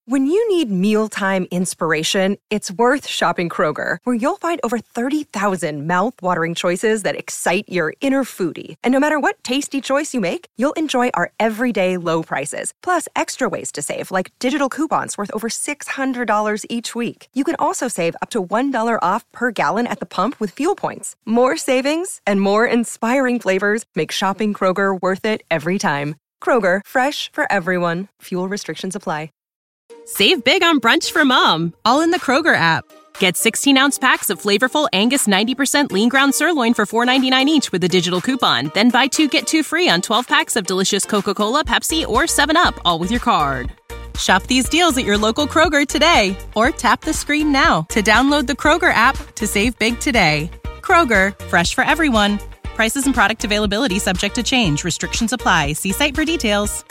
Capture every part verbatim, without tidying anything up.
When you need mealtime inspiration, it's worth shopping Kroger, where you'll find over thirty thousand mouth-watering choices that excite your inner foodie. And no matter what tasty choice you make, you'll enjoy our everyday low prices, plus extra ways to save, like digital coupons worth over six hundred dollars each week. You can also save up to one dollar off per gallon at the pump with fuel points. More savings and more inspiring flavors make shopping Kroger worth it every time. Kroger, fresh for everyone. Fuel restrictions apply. Save big on brunch for mom, all in the Kroger app. Get sixteen-ounce packs of flavorful Angus ninety percent lean ground sirloin for four ninety-nine each with a digital coupon. Then buy two, get two free on twelve packs of delicious Coca-Cola, Pepsi, or seven up, all with your card. Shop these deals at your local Kroger today, or tap the screen now to download the Kroger app to save big today. Kroger, fresh for everyone. Prices and product availability subject to change. Restrictions apply. See site for details.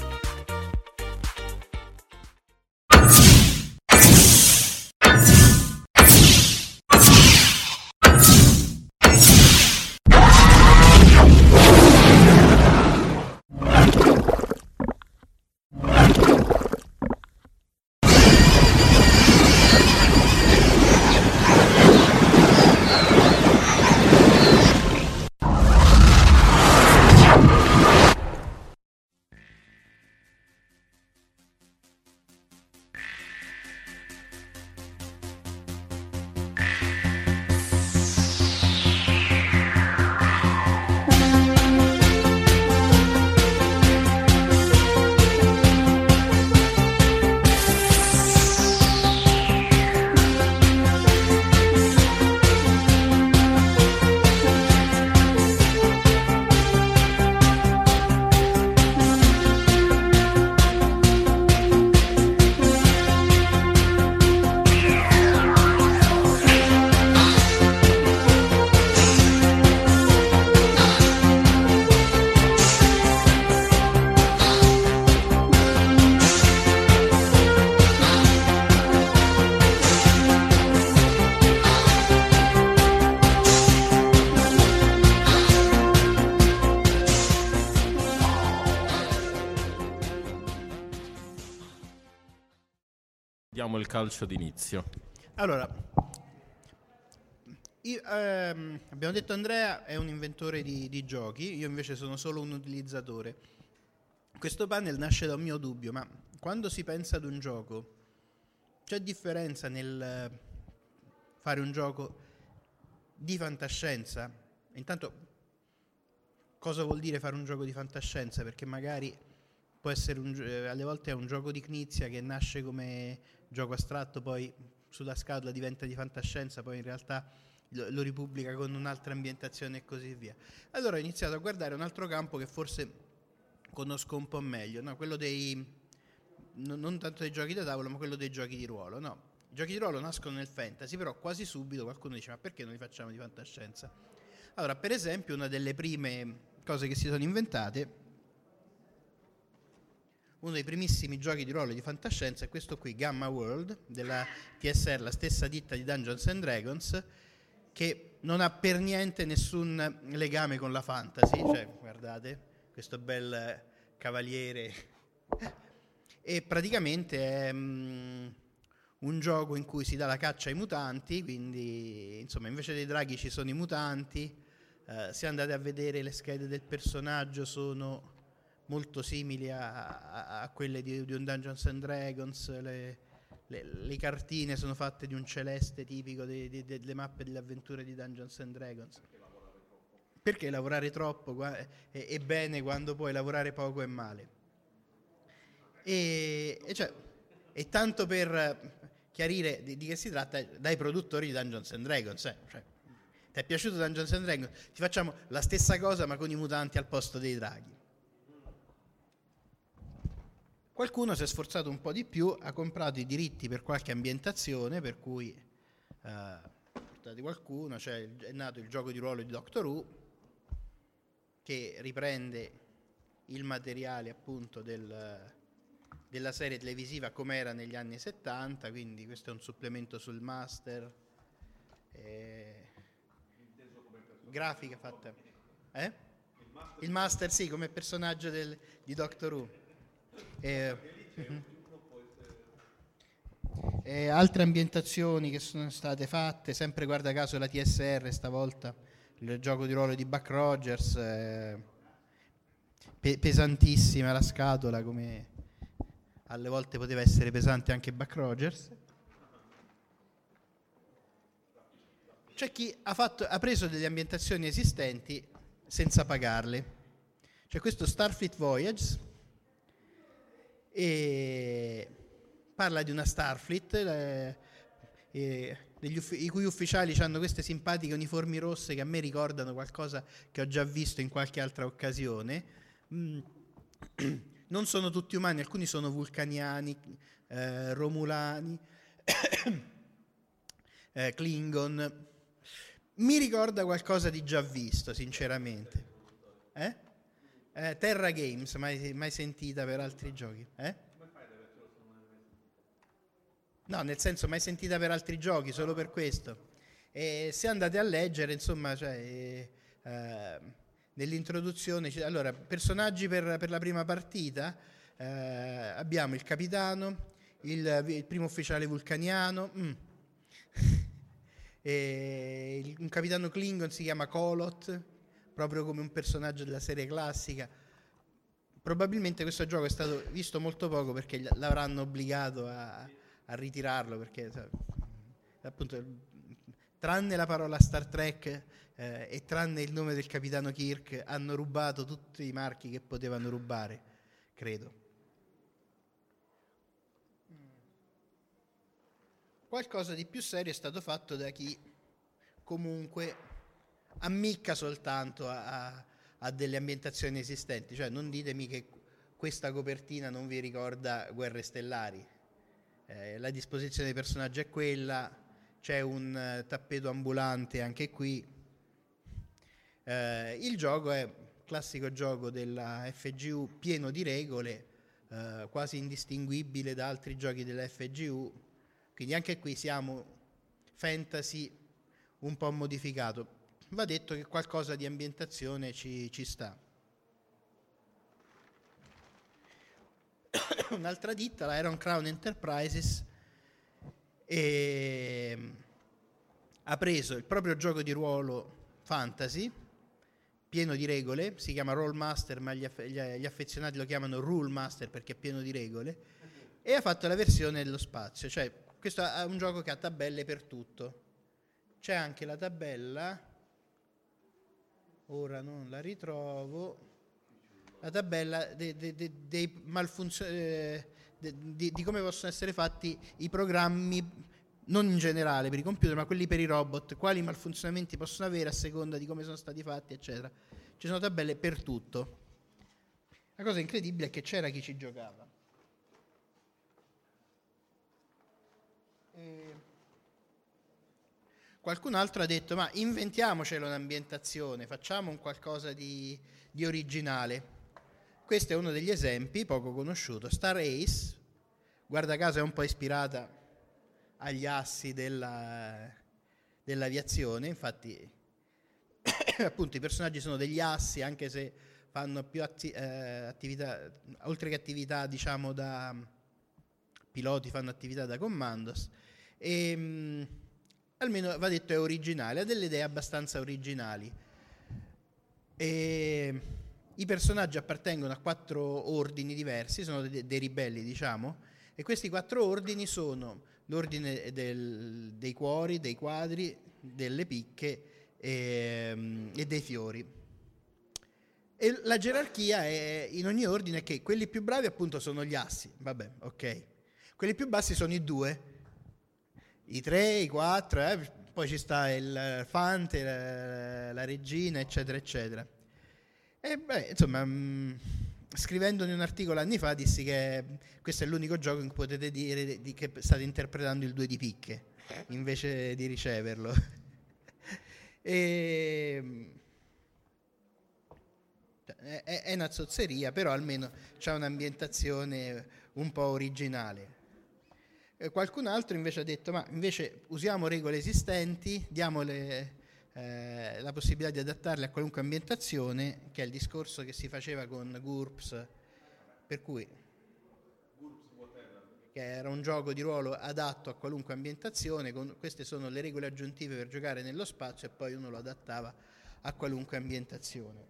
Diamo il calcio d'inizio. Allora, io, ehm, abbiamo detto Andrea è un inventore di, di giochi, io invece sono solo un utilizzatore. Questo panel nasce da un mio dubbio, ma quando si pensa ad un gioco, c'è differenza nel fare un gioco di fantascienza? Intanto, cosa vuol dire fare un gioco di fantascienza? Perché magari può essere un, alle volte è un gioco di Knizia che nasce come gioco astratto, poi sulla scatola diventa di fantascienza, poi in realtà lo, lo ripubblica con un'altra ambientazione e così via. Allora ho iniziato a guardare un altro campo che forse conosco un po' meglio, no? Quello dei, no, non tanto dei giochi da tavolo, ma quello dei giochi di ruolo. No, i giochi di ruolo nascono nel fantasy, però quasi subito qualcuno dice: ma perché non li facciamo di fantascienza? Allora, per esempio, una delle prime cose che si sono inventate, uno dei primissimi giochi di ruolo di fantascienza è questo qui, Gamma World, della T S R, la stessa ditta di Dungeons and Dragons, che non ha per niente nessun legame con la fantasy, cioè guardate questo bel cavaliere, e praticamente è um, un gioco in cui si dà la caccia ai mutanti, quindi insomma invece dei draghi ci sono i mutanti. Uh, se andate a vedere le schede del personaggio sono molto simili a, a, a quelle di, di un Dungeons and Dragons, le, le, le cartine sono fatte di un celeste tipico de, de, de, delle mappe delle avventure di Dungeons and Dragons. Perché lavorare troppo è, è bene quando puoi lavorare poco è male. E, e, cioè, e tanto per chiarire di, di che si tratta, dai produttori di Dungeons and Dragons, eh, cioè, ti è piaciuto Dungeons and Dragons? Ti facciamo la stessa cosa ma con i mutanti al posto dei draghi. Qualcuno si è sforzato un po' di più, ha comprato i diritti per qualche ambientazione, per cui eh, portati qualcuno, cioè è nato il gioco di ruolo di Doctor Who, che riprende il materiale appunto del, della serie televisiva come era negli anni settanta, quindi questo è un supplemento sul master, eh, grafica fatta, eh? Il master sì, come personaggio del, di Doctor Who. Eh, uh-huh. E altre ambientazioni che sono state fatte, sempre guarda caso la T S R stavolta, il gioco di ruolo di Buck Rogers, eh, pe- pesantissima la scatola, come alle volte poteva essere pesante anche Buck Rogers. C'è chi ha, fatto, ha preso delle ambientazioni esistenti senza pagarle. C'è questo Starfleet Voyage, e parla di una Starfleet eh, eh, degli uffi- i cui ufficiali hanno queste simpatiche uniformi rosse che a me ricordano qualcosa che ho già visto in qualche altra occasione. Mm. Non sono tutti umani, alcuni sono vulcaniani, eh, romulani, eh, Klingon. Mi ricorda qualcosa di già visto, sinceramente. Eh? Eh, Terra Games, mai, mai sentita per altri giochi? Eh? No, nel senso mai sentita per altri giochi, solo per questo. E se andate a leggere, insomma, cioè, eh, eh, nell'introduzione, cioè, allora, personaggi per, per la prima partita, eh, abbiamo il capitano, il, il primo ufficiale vulcaniano, mm. e il, un capitano Klingon si chiama Kolot, proprio come un personaggio della serie classica. Probabilmente questo gioco è stato visto molto poco perché l'avranno obbligato a... a ritirarlo, perché appunto tranne la parola Star Trek eh, e tranne il nome del capitano Kirk hanno rubato tutti i marchi che potevano rubare, credo. Qualcosa di più serio è stato fatto da chi comunque ammicca soltanto a, a, a delle ambientazioni esistenti, cioè non ditemi che questa copertina non vi ricorda Guerre Stellari. Eh, la disposizione dei personaggi è quella, c'è un uh, tappeto ambulante anche qui. Eh, il gioco è un classico gioco della F G U pieno di regole, eh, quasi indistinguibile da altri giochi della F G U, quindi anche qui siamo fantasy un po' modificato. Va detto che qualcosa di ambientazione ci, ci sta. Un'altra ditta, la Iron Crown Enterprises, e ha preso il proprio gioco di ruolo fantasy pieno di regole, si chiama Roll Master, ma gli, aff- gli affezionati lo chiamano Rule Master perché è pieno di regole, e ha fatto la versione dello spazio, cioè questo è un gioco che ha tabelle per tutto. C'è anche la tabella, ora non la ritrovo, la tabella de, de, de, dei malfunzioni, eh, di, di come possono essere fatti i programmi, non in generale per i computer, ma quelli per i robot, quali malfunzionamenti possono avere a seconda di come sono stati fatti, eccetera. Ci sono tabelle per tutto. La cosa incredibile è che c'era chi ci giocava. E qualcun altro ha detto: ma inventiamocelo un'ambientazione, facciamo un qualcosa di, di originale. Questo è uno degli esempi poco conosciuto. Star Ace, guarda caso è un po' ispirata agli assi della, dell'aviazione, infatti appunto i personaggi sono degli assi, anche se fanno più atti, eh, attività, oltre che attività diciamo da piloti, fanno attività da commandos, e mh, almeno va detto è originale, ha delle idee abbastanza originali. E i personaggi appartengono a quattro ordini diversi, sono de- dei ribelli, diciamo, e questi quattro ordini sono l'ordine del, dei cuori, dei quadri, delle picche e, e dei fiori. E la gerarchia è, in ogni ordine, che quelli più bravi appunto sono gli assi, vabbè, ok. Quelli più bassi sono i due, i tre, i quattro, eh, poi ci sta il fante, la, la regina, eccetera, eccetera. E beh, insomma, mh, scrivendone un articolo anni fa dissi che questo è l'unico gioco in cui potete dire di che state interpretando il due di picche invece di riceverlo. e, è, è una zozzeria, però almeno c'ha un'ambientazione un po' originale. E qualcun altro invece ha detto: ma invece usiamo regole esistenti, diamole Eh, la possibilità di adattarle a qualunque ambientazione, che è il discorso che si faceva con GURPS, per cui che che era un gioco di ruolo adatto a qualunque ambientazione, con, queste sono le regole aggiuntive per giocare nello spazio, e poi uno lo adattava a qualunque ambientazione.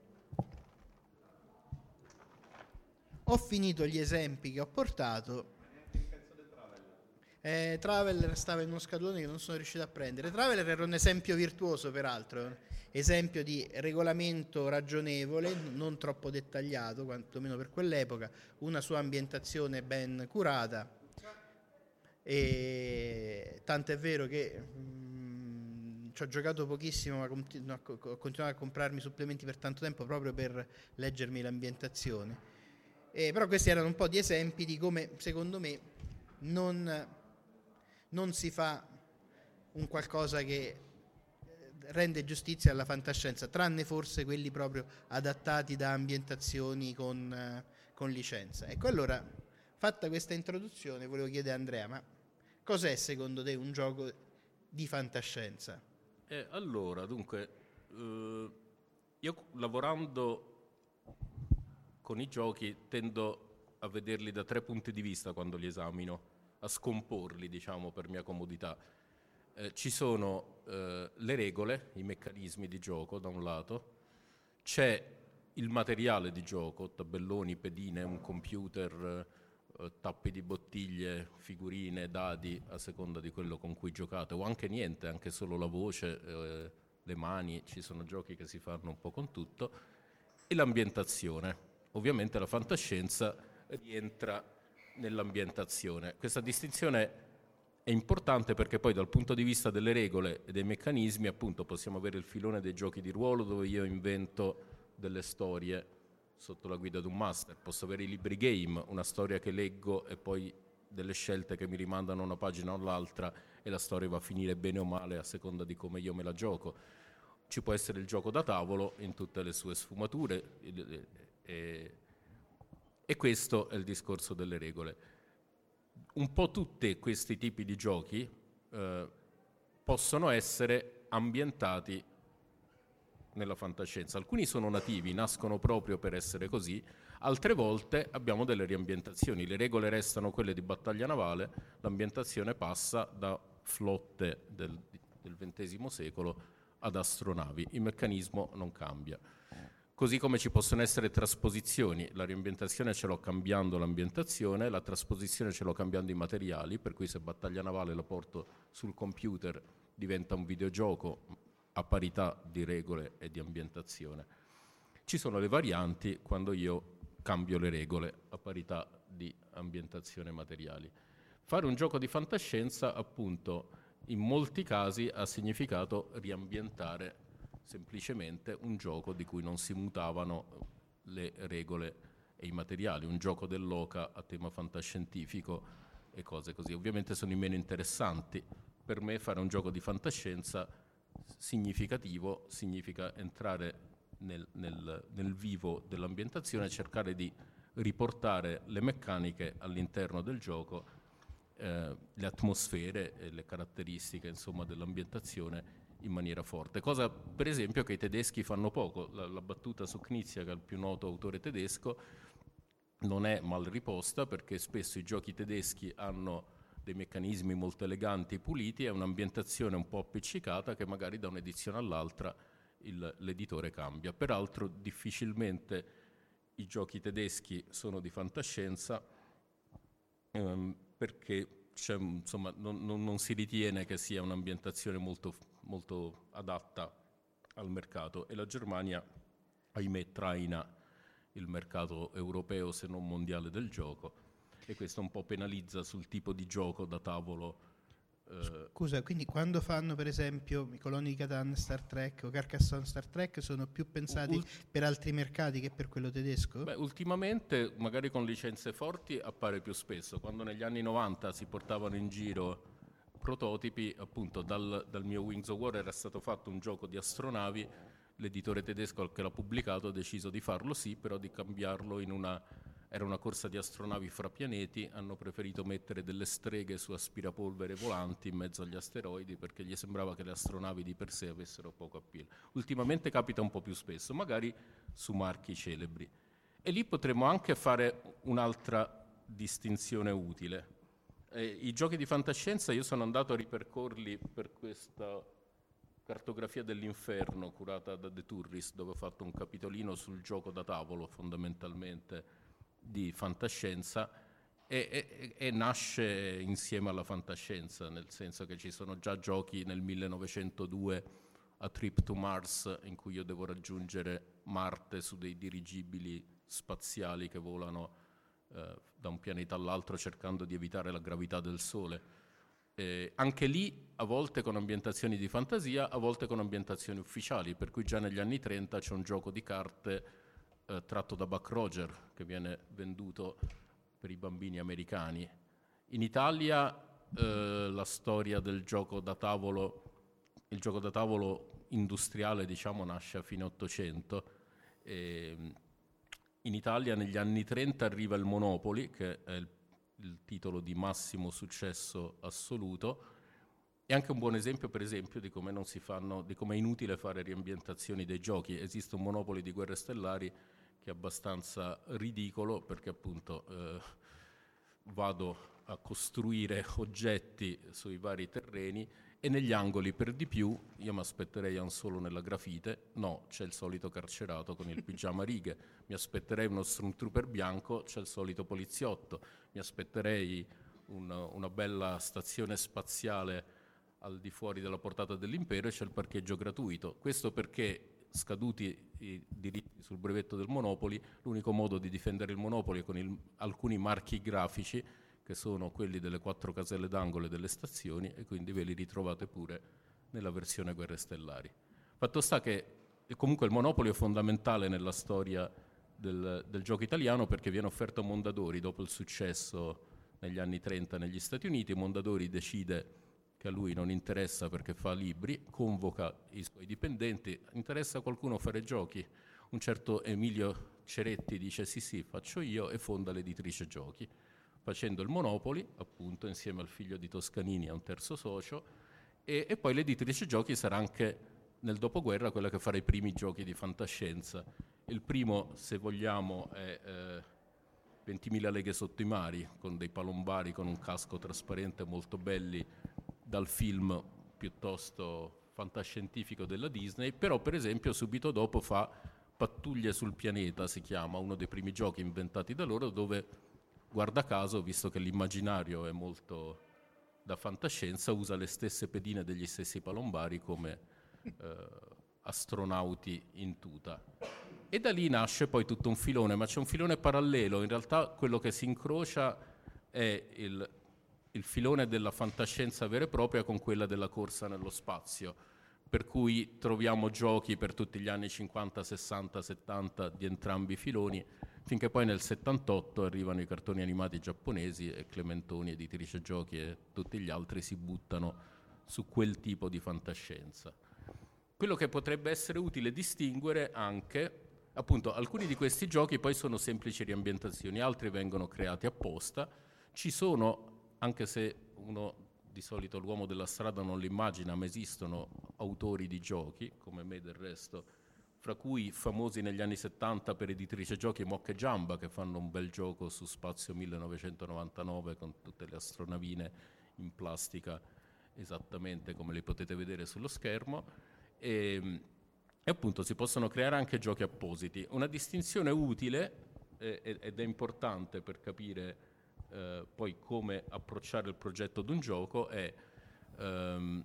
Ho finito gli esempi che ho portato. Eh, Traveller stava in uno scatolone che non sono riuscito a prendere. Traveller era un esempio virtuoso, peraltro, esempio di regolamento ragionevole, non troppo dettagliato, quantomeno per quell'epoca, una sua ambientazione ben curata, e tanto è vero che mh, ci ho giocato pochissimo, ma continu- ho continuato a comprarmi supplementi per tanto tempo proprio per leggermi l'ambientazione. Eh, però questi erano un po' di esempi di come, secondo me, non, non si fa un qualcosa che rende giustizia alla fantascienza, tranne forse quelli proprio adattati da ambientazioni con, eh, con licenza. Ecco, allora, fatta questa introduzione, volevo chiedere a Andrea, ma cos'è secondo te un gioco di fantascienza? Eh, allora, dunque, eh, io lavorando con i giochi tendo a vederli da tre punti di vista quando li esamino, a scomporli, diciamo, per mia comodità. Eh, ci sono eh, le regole, i meccanismi di gioco da un lato, c'è il materiale di gioco, tabelloni, pedine, un computer, eh, tappi di bottiglie, figurine, dadi, a seconda di quello con cui giocate, o anche niente, anche solo la voce, eh, le mani, ci sono giochi che si fanno un po' con tutto, e l'ambientazione. Ovviamente la fantascienza rientra nell'ambientazione. Questa distinzione è importante perché poi dal punto di vista delle regole e dei meccanismi, appunto, possiamo avere il filone dei giochi di ruolo dove io invento delle storie sotto la guida di un master, posso avere i libri game, una storia che leggo e poi delle scelte che mi rimandano a una pagina o all'altra e la storia va a finire bene o male a seconda di come io me la gioco. Ci può essere il gioco da tavolo in tutte le sue sfumature e, e questo è il discorso delle regole. Un po' tutti questi tipi di giochi eh, possono essere ambientati nella fantascienza. Alcuni sono nativi, nascono proprio per essere così, altre volte abbiamo delle riambientazioni. Le regole restano quelle di battaglia navale, l'ambientazione passa da flotte del, del ventesimo secolo ad astronavi, il meccanismo non cambia. Così come ci possono essere trasposizioni, la riambientazione ce l'ho cambiando l'ambientazione, la trasposizione ce l'ho cambiando i materiali, per cui se battaglia navale la porto sul computer diventa un videogioco a parità di regole e di ambientazione. Ci sono le varianti quando io cambio le regole a parità di ambientazione e materiali. Fare un gioco di fantascienza, appunto, in molti casi ha significato riambientare semplicemente un gioco di cui non si mutavano le regole e i materiali, un gioco dell'oca a tema fantascientifico e cose così. Ovviamente sono i meno interessanti. Per me fare un gioco di fantascienza significativo significa entrare nel, nel, nel vivo dell'ambientazione e cercare di riportare le meccaniche all'interno del gioco, eh, le atmosfere e le caratteristiche, insomma, dell'ambientazione in maniera forte, cosa per esempio che i tedeschi fanno poco. La, la battuta su Knizia, che è il più noto autore tedesco, non è mal riposta, perché spesso i giochi tedeschi hanno dei meccanismi molto eleganti e puliti e un'ambientazione un po' appiccicata che magari da un'edizione all'altra il, l'editore cambia. Peraltro difficilmente i giochi tedeschi sono di fantascienza, ehm, perché c'è, insomma, non, non, non si ritiene che sia un'ambientazione molto, molto adatta al mercato, e la Germania, ahimè, traina il mercato europeo se non mondiale del gioco, e questo un po' penalizza sul tipo di gioco da tavolo. Eh. Scusa, quindi quando fanno per esempio i Coloni di Catan Star Trek o Carcassonne Star Trek sono più pensati Ult- per altri mercati che per quello tedesco? Beh, ultimamente magari con licenze forti appare più spesso. Quando negli anni novanta si portavano in giro prototipi, appunto dal, dal mio Wings of War era stato fatto un gioco di astronavi, l'editore tedesco che l'ha pubblicato ha deciso di farlo sì, però di cambiarlo in una... era una corsa di astronavi fra pianeti, hanno preferito mettere delle streghe su aspirapolvere volanti in mezzo agli asteroidi perché gli sembrava che le astronavi di per sé avessero poco appeal. Ultimamente capita un po' più spesso, magari su marchi celebri. E lì potremmo anche fare un'altra distinzione utile. Eh, I giochi di fantascienza io sono andato a ripercorrerli per questa cartografia dell'inferno curata da The Tourist, dove ho fatto un capitolino sul gioco da tavolo fondamentalmente di fantascienza e, e, e nasce insieme alla fantascienza, nel senso che ci sono già giochi nel millenovecentodue a Trip to Mars in cui io devo raggiungere Marte su dei dirigibili spaziali che volano eh, da un pianeta all'altro cercando di evitare la gravità del Sole. Eh, anche lì a volte con ambientazioni di fantasia, a volte con ambientazioni ufficiali, per cui già negli anni trenta c'è un gioco di carte eh, tratto da Buck Roger che viene venduto per i bambini americani. In Italia eh, la storia del gioco da tavolo, il gioco da tavolo industriale diciamo nasce a fine Ottocento. E in Italia negli anni trenta arriva il Monopoly, che è il il titolo di massimo successo assoluto, è anche un buon esempio per esempio di come non si fanno, di come è inutile fare riambientazioni dei giochi. Esiste un Monopoly di Guerre Stellari che è abbastanza ridicolo perché appunto eh, vado a costruire oggetti sui vari terreni e negli angoli per di più io mi aspetterei Han Solo nella grafite, no, c'è il solito carcerato con il pigiama a righe, mi aspetterei uno Stormtrooper bianco, c'è il solito poliziotto, mi aspetterei un, una bella stazione spaziale al di fuori della portata dell'impero e c'è il parcheggio gratuito. Questo perché, scaduti i diritti sul brevetto del Monopoly, l'unico modo di difendere il Monopoly è con il, alcuni marchi grafici che sono quelli delle quattro caselle d'angolo e delle stazioni, e quindi ve li ritrovate pure nella versione Guerre Stellari. Fatto sta che comunque il Monopoly è fondamentale nella storia del, del gioco italiano perché viene offerto a Mondadori dopo il successo negli anni trenta negli Stati Uniti. Mondadori decide che a lui non interessa perché fa libri, convoca i suoi dipendenti, interessa a qualcuno fare giochi? Un certo Emilio Ceretti dice sì sì, faccio io, e fonda l'editrice Giochi, facendo il Monopoly, appunto, insieme al figlio di Toscanini e a un terzo socio, e, e poi l'editrice Giochi sarà anche nel dopoguerra quella che farà i primi giochi di fantascienza. Il primo, se vogliamo, è eh, ventimila leghe sotto i mari, con dei palombari con un casco trasparente molto belli dal film piuttosto fantascientifico della Disney, però per esempio subito dopo fa Pattuglie sul pianeta, si chiama, uno dei primi giochi inventati da loro, dove guarda caso, visto che l'immaginario è molto da fantascienza, usa le stesse pedine degli stessi palombari come eh, astronauti in tuta. E da lì nasce poi tutto un filone, ma c'è un filone parallelo. In realtà quello che si incrocia è il, il filone della fantascienza vera e propria con quella della corsa nello spazio, per cui troviamo giochi per tutti gli anni cinquanta, sessanta, settanta di entrambi i filoni, finché poi nel settantotto arrivano i cartoni animati giapponesi e Clementoni, editrice Giochi, e tutti gli altri si buttano su quel tipo di fantascienza. Quello che potrebbe essere utile distinguere anche, appunto, alcuni di questi giochi poi sono semplici riambientazioni, altri vengono creati apposta. Ci sono, anche se uno di solito l'uomo della strada non l'immagina, ma esistono autori di giochi, come me del resto, fra cui famosi negli anni settanta per editrice Giochi Mocca e Giamba, che fanno un bel gioco su Spazio millenovecentonovantanove con tutte le astronavine in plastica esattamente come le potete vedere sullo schermo, e, e appunto si possono creare anche giochi appositi. Una distinzione utile eh, ed è importante per capire eh, poi come approcciare il progetto di un gioco è ehm,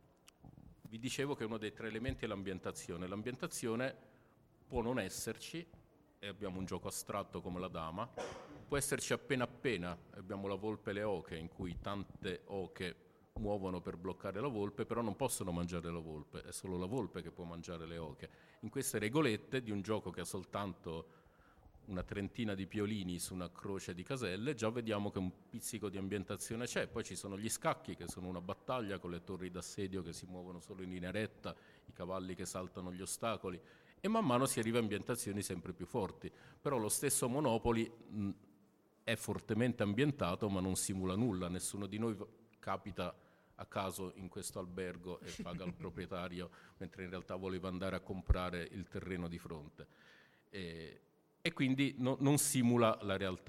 vi dicevo che uno dei tre elementi è l'ambientazione. L'ambientazione può non esserci, e abbiamo un gioco astratto come la dama, può esserci appena appena, abbiamo la volpe e le oche, in cui tante oche muovono per bloccare la volpe, però non possono mangiare la volpe, è solo la volpe che può mangiare le oche. In queste regolette di un gioco che ha soltanto una trentina di piolini su una croce di caselle, già vediamo che un pizzico di ambientazione c'è. Poi ci sono gli scacchi, che sono una battaglia con le torri d'assedio che si muovono solo in linea retta, i cavalli che saltano gli ostacoli, e man mano si arriva a ambientazioni sempre più forti. Però lo stesso Monopoly mh, è fortemente ambientato, ma non simula nulla. Nessuno di noi capita a caso in questo albergo e paga il proprietario, mentre in realtà voleva andare a comprare il terreno di fronte. E, e quindi no, non simula la realtà.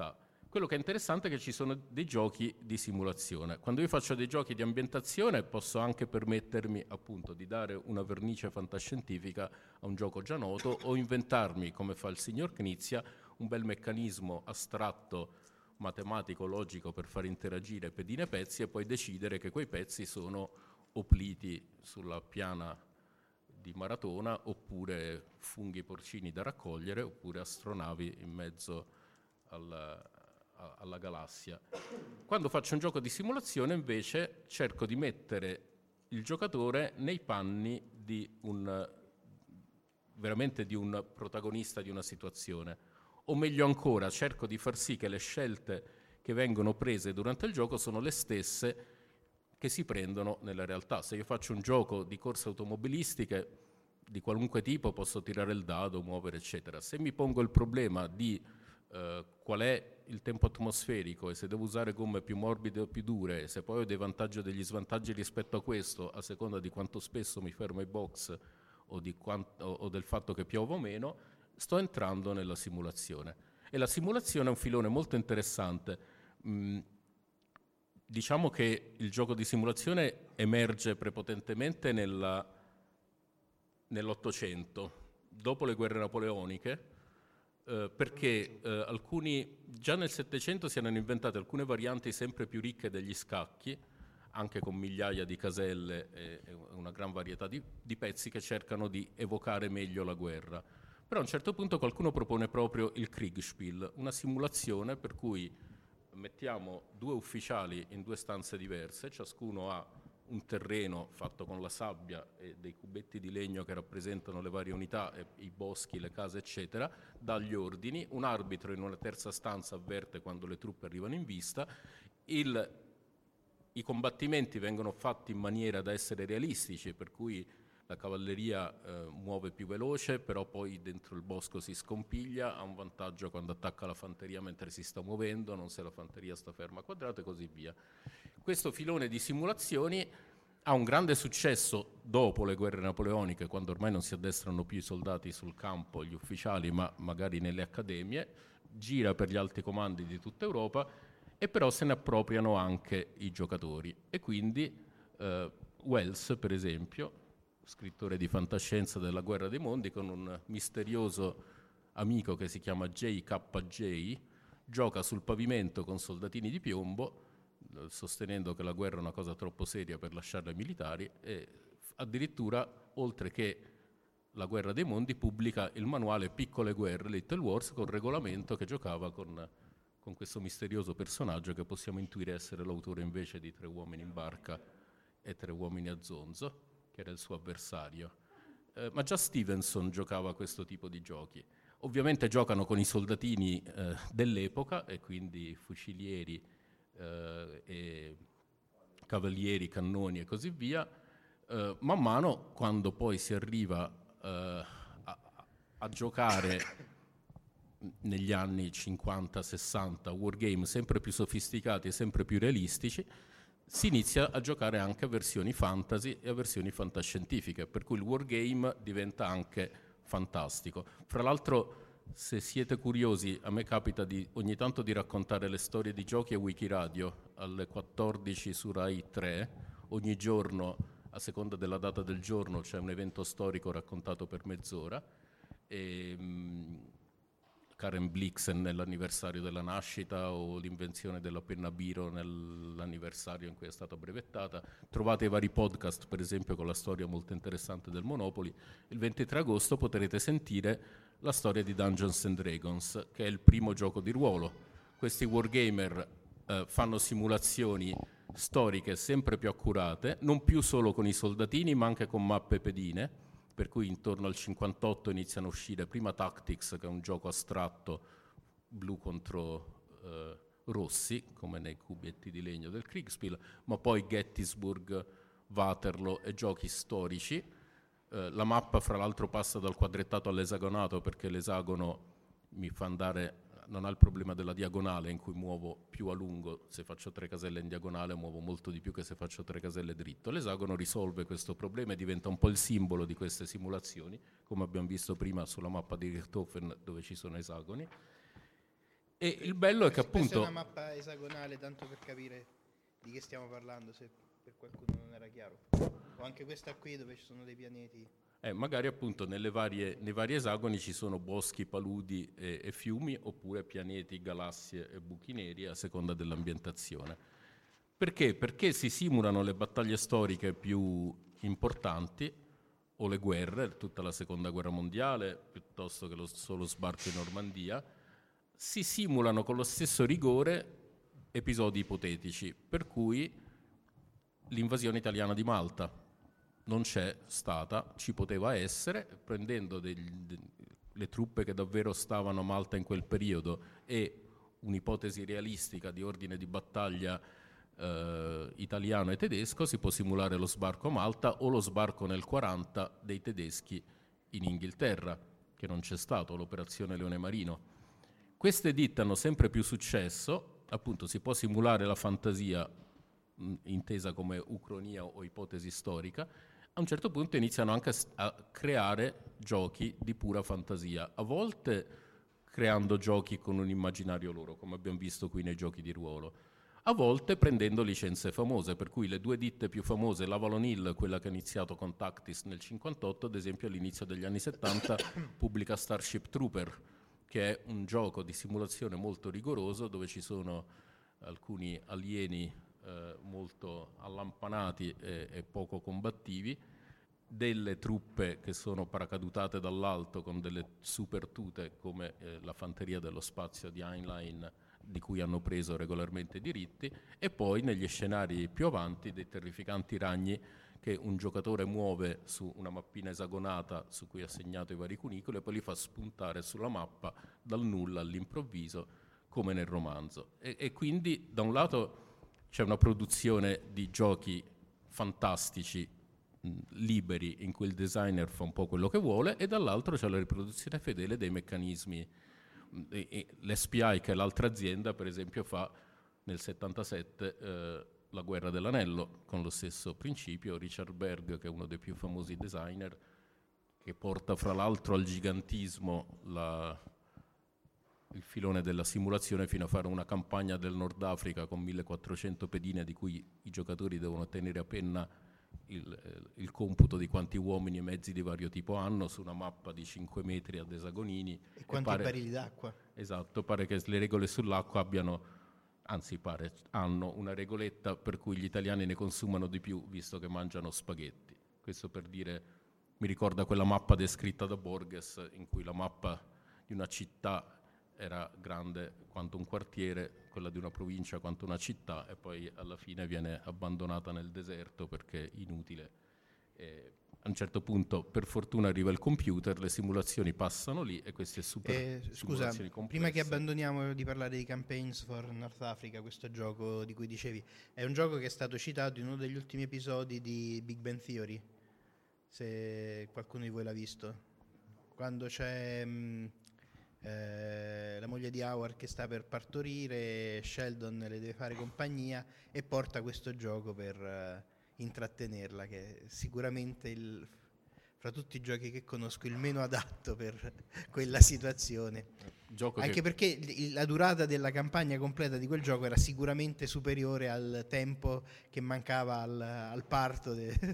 Quello che è interessante è che ci sono dei giochi di simulazione. Quando io faccio dei giochi di ambientazione posso anche permettermi appunto di dare una vernice fantascientifica a un gioco già noto o inventarmi, come fa il signor Knizia, un bel meccanismo astratto, matematico, logico per far interagire pedine e pezzi e poi decidere che quei pezzi sono opliti sulla piana di Maratona oppure funghi porcini da raccogliere oppure astronavi in mezzo al... alla galassia. Quando faccio un gioco di simulazione invece cerco di mettere il giocatore nei panni di un veramente di un protagonista di una situazione, o meglio ancora cerco di far sì che le scelte che vengono prese durante il gioco sono le stesse che si prendono nella realtà. Se io faccio un gioco di corse automobilistiche di qualunque tipo posso tirare il dado, muovere eccetera. Se mi pongo il problema di Uh, qual è il tempo atmosferico e se devo usare gomme più morbide o più dure, se poi ho dei vantaggi o degli svantaggi rispetto a questo, a seconda di quanto spesso mi fermo ai box o, di quanto, o del fatto che piova o meno, sto entrando nella simulazione. E la simulazione è un filone molto interessante. Mm, diciamo che il gioco di simulazione emerge prepotentemente nella, nell'Ottocento, dopo le guerre napoleoniche, Uh, perché uh, alcuni, già nel Settecento si erano inventate alcune varianti sempre più ricche degli scacchi, anche con migliaia di caselle e, e una gran varietà di, di pezzi che cercano di evocare meglio la guerra. Però a un certo punto qualcuno propone proprio il Kriegspiel, una simulazione per cui mettiamo due ufficiali in due stanze diverse, ciascuno ha un terreno fatto con la sabbia e dei cubetti di legno che rappresentano le varie unità, e i boschi, le case eccetera, dà gli ordini, un arbitro in una terza stanza avverte quando le truppe arrivano in vista, il, i combattimenti vengono fatti in maniera da essere realistici, per cui la cavalleria eh, muove più veloce, però poi dentro il bosco si scompiglia, ha un vantaggio quando attacca la fanteria mentre si sta muovendo, non se la fanteria sta ferma a quadrato e così via. Questo filone di simulazioni ha un grande successo dopo le guerre napoleoniche, quando ormai non si addestrano più i soldati sul campo, gli ufficiali, ma magari nelle accademie, gira per gli alti comandi di tutta Europa e però se ne appropriano anche i giocatori. E quindi eh, Wells, per esempio, scrittore di fantascienza della Guerra dei Mondi, con un misterioso amico che si chiama J K J, gioca sul pavimento con soldatini di piombo, sostenendo che la guerra è una cosa troppo seria per lasciarla ai militari, e addirittura, oltre che la Guerra dei Mondi, pubblica il manuale Piccole Guerre, Little Wars, con regolamento che giocava con, con questo misterioso personaggio che possiamo intuire essere l'autore invece di Tre uomini in barca e Tre uomini a zonzo, che era il suo avversario. Eh, ma già Stevenson giocava a questo tipo di giochi. Ovviamente giocano con i soldatini eh, dell'epoca, e quindi fucilieri eh, e cavalieri, cannoni e così via. Eh, man mano, quando poi si arriva eh, a, a giocare negli anni cinquanta sessanta wargame sempre più sofisticati e sempre più realistici, si inizia a giocare anche a versioni fantasy e a versioni fantascientifiche, per cui il wargame diventa anche fantastico. Fra l'altro, se siete curiosi, a me capita di, ogni tanto di raccontare le storie di giochi a Wikiradio alle quattordici su Rai tre. Ogni giorno, a seconda della data del giorno, c'è un evento storico raccontato per mezz'ora. E, mh, Karen Blixen nell'anniversario della nascita, o l'invenzione della penna biro nell'anniversario in cui è stata brevettata. Trovate i vari podcast, per esempio, con la storia molto interessante del Monopoly. Il ventitré agosto potrete sentire la storia di Dungeons and Dragons, che è il primo gioco di ruolo. Questi wargamer eh, fanno simulazioni storiche sempre più accurate, non più solo con i soldatini, ma anche con mappe pedine, per cui intorno al cinquantotto iniziano a uscire prima Tactics, che è un gioco astratto blu contro eh, rossi, come nei cubetti di legno del Kriegspiel, ma poi Gettysburg, Waterloo e giochi storici. Eh, la mappa, fra l'altro, passa dal quadrettato all'esagonato, perché l'esagono mi fa andare, non ha il problema della diagonale, in cui muovo più a lungo. Se faccio tre caselle in diagonale muovo molto di più che se faccio tre caselle dritto. L'esagono risolve questo problema e diventa un po' il simbolo di queste simulazioni, come abbiamo visto prima sulla mappa di Richthofen, dove ci sono esagoni. E il bello è che Questa appunto... è una mappa esagonale, tanto per capire di che stiamo parlando, se per qualcuno non era chiaro. O anche questa qui dove ci sono dei pianeti. Eh, magari appunto nelle varie, nei vari esagoni ci sono boschi, paludi e, e fiumi, oppure pianeti, galassie e buchi neri a seconda dell'ambientazione. Perché? Perché si simulano le battaglie storiche più importanti o le guerre, tutta la seconda guerra mondiale, piuttosto che lo solo sbarco in Normandia, si simulano con lo stesso rigore episodi ipotetici, per cui l'invasione italiana di Malta non c'è stata, ci poteva essere, prendendo degli, de, le truppe che davvero stavano a Malta in quel periodo e un'ipotesi realistica di ordine di battaglia eh, italiano e tedesco, si può simulare lo sbarco a Malta o lo sbarco nel quaranta dei tedeschi in Inghilterra, che non c'è stato, l'operazione Leone Marino. Queste ditte hanno sempre più successo, appunto si può simulare la fantasia mh, intesa come ucronia o ipotesi storica. A un certo punto iniziano anche a creare giochi di pura fantasia, a volte creando giochi con un immaginario loro, come abbiamo visto qui nei giochi di ruolo, a volte prendendo licenze famose, per cui le due ditte più famose, l'Avalon Hill, quella che ha iniziato con Tactis nel cinquantotto, ad esempio all'inizio degli anni settanta pubblica Starship Trooper, che è un gioco di simulazione molto rigoroso dove ci sono alcuni alieni Eh, molto allampanati e, e poco combattivi, delle truppe che sono paracadutate dall'alto con delle super tute come eh, la fanteria dello spazio di Heinlein, di cui hanno preso regolarmente i diritti, e poi negli scenari più avanti dei terrificanti ragni che un giocatore muove su una mappina esagonata su cui ha segnato i vari cunicoli e poi li fa spuntare sulla mappa dal nulla all'improvviso, come nel romanzo. E, e quindi da un lato c'è una produzione di giochi fantastici, mh, liberi, in cui il designer fa un po' quello che vuole, e dall'altro c'è la riproduzione fedele dei meccanismi. Mh, e, e l'S P I, che è l'altra azienda, per esempio, fa nel settantasette eh, la Guerra dell'Anello, con lo stesso principio. Richard Berg, che è uno dei più famosi designer, che porta fra l'altro al gigantismo la... il filone della simulazione fino a fare una campagna del Nord Africa con millequattrocento pedine di cui i giocatori devono tenere a penna il, eh, il computo di quanti uomini e mezzi di vario tipo hanno su una mappa di cinque metri ad esagonini. E quanti pare, barili d'acqua. Esatto, pare che le regole sull'acqua abbiano, anzi pare, hanno una regoletta per cui gli italiani ne consumano di più visto che mangiano spaghetti. Questo per dire, mi ricorda quella mappa descritta da Borges in cui la mappa di una città era grande quanto un quartiere, quella di una provincia quanto una città, e poi alla fine viene abbandonata nel deserto perché inutile. E a un certo punto, per fortuna, arriva il computer, le simulazioni passano lì e queste super eh, scusa, simulazioni complesse. Prima che abbandoniamo di parlare di Campaigns for North Africa, questo gioco di cui dicevi, è un gioco che è stato citato in uno degli ultimi episodi di Big Bang Theory, se qualcuno di voi l'ha visto. Quando c'è... Mh, Eh, la moglie di Howard che sta per partorire, Sheldon le deve fare compagnia e porta questo gioco per uh, intrattenerla, che è sicuramente il, fra tutti i giochi che conosco, il meno adatto per quella situazione. Gioco Anche che... perché il, la durata della campagna completa di quel gioco era sicuramente superiore al tempo che mancava al, al parto de...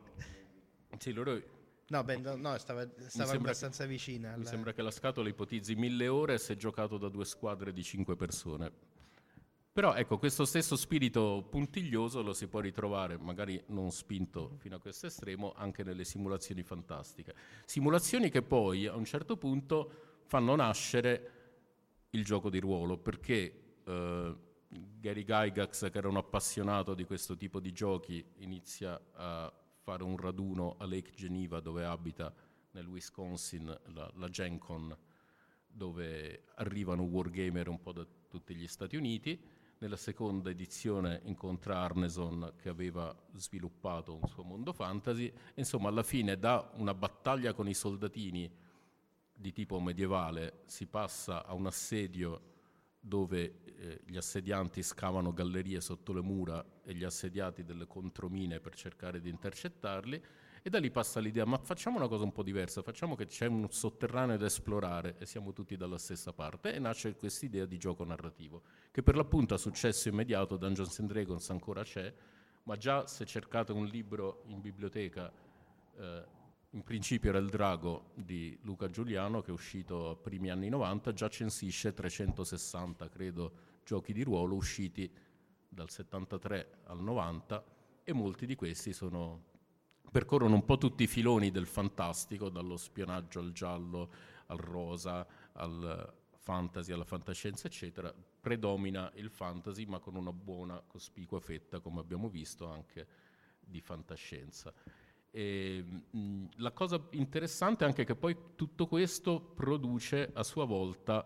Sì, loro... No, beh, no, no, stava, stava abbastanza che, vicina. Mi alla... sembra che la scatola ipotizzi mille ore se giocato da due squadre di cinque persone. Però ecco, questo stesso spirito puntiglioso lo si può ritrovare, magari non spinto fino a questo estremo, anche nelle simulazioni fantastiche. Simulazioni che poi a un certo punto fanno nascere il gioco di ruolo, perché eh, Gary Gygax, che era un appassionato di questo tipo di giochi, inizia a fare un raduno a Lake Geneva, dove abita nel Wisconsin, la, la Gen Con, dove arrivano wargamer un po' da tutti gli Stati Uniti. Nella seconda edizione incontra Arneson, che aveva sviluppato un suo mondo fantasy. Insomma, alla fine, da una battaglia con i soldatini di tipo medievale si passa a un assedio dove eh, gli assedianti scavano gallerie sotto le mura e gli assediati delle contromine per cercare di intercettarli, E da lì passa l'idea, ma facciamo una cosa un po' diversa, facciamo che c'è un sotterraneo da esplorare e siamo tutti dalla stessa parte, e nasce questa idea di gioco narrativo, che per l'appunto ha successo immediato. Dungeons and Dragons ancora c'è, ma già se cercate un libro in biblioteca, eh, in principio era Il Drago di Luca Giuliano, che è uscito a primi anni novanta, già censisce trecentosessanta, credo, giochi di ruolo usciti dal settantatré al novanta, e molti di questi sono... percorrono un po' tutti i filoni del fantastico, dallo spionaggio al giallo, al rosa, al fantasy, alla fantascienza, eccetera. Predomina il fantasy, ma con una buona, cospicua fetta, come abbiamo visto, anche di fantascienza. E, mh, la cosa interessante è anche che poi tutto questo produce a sua volta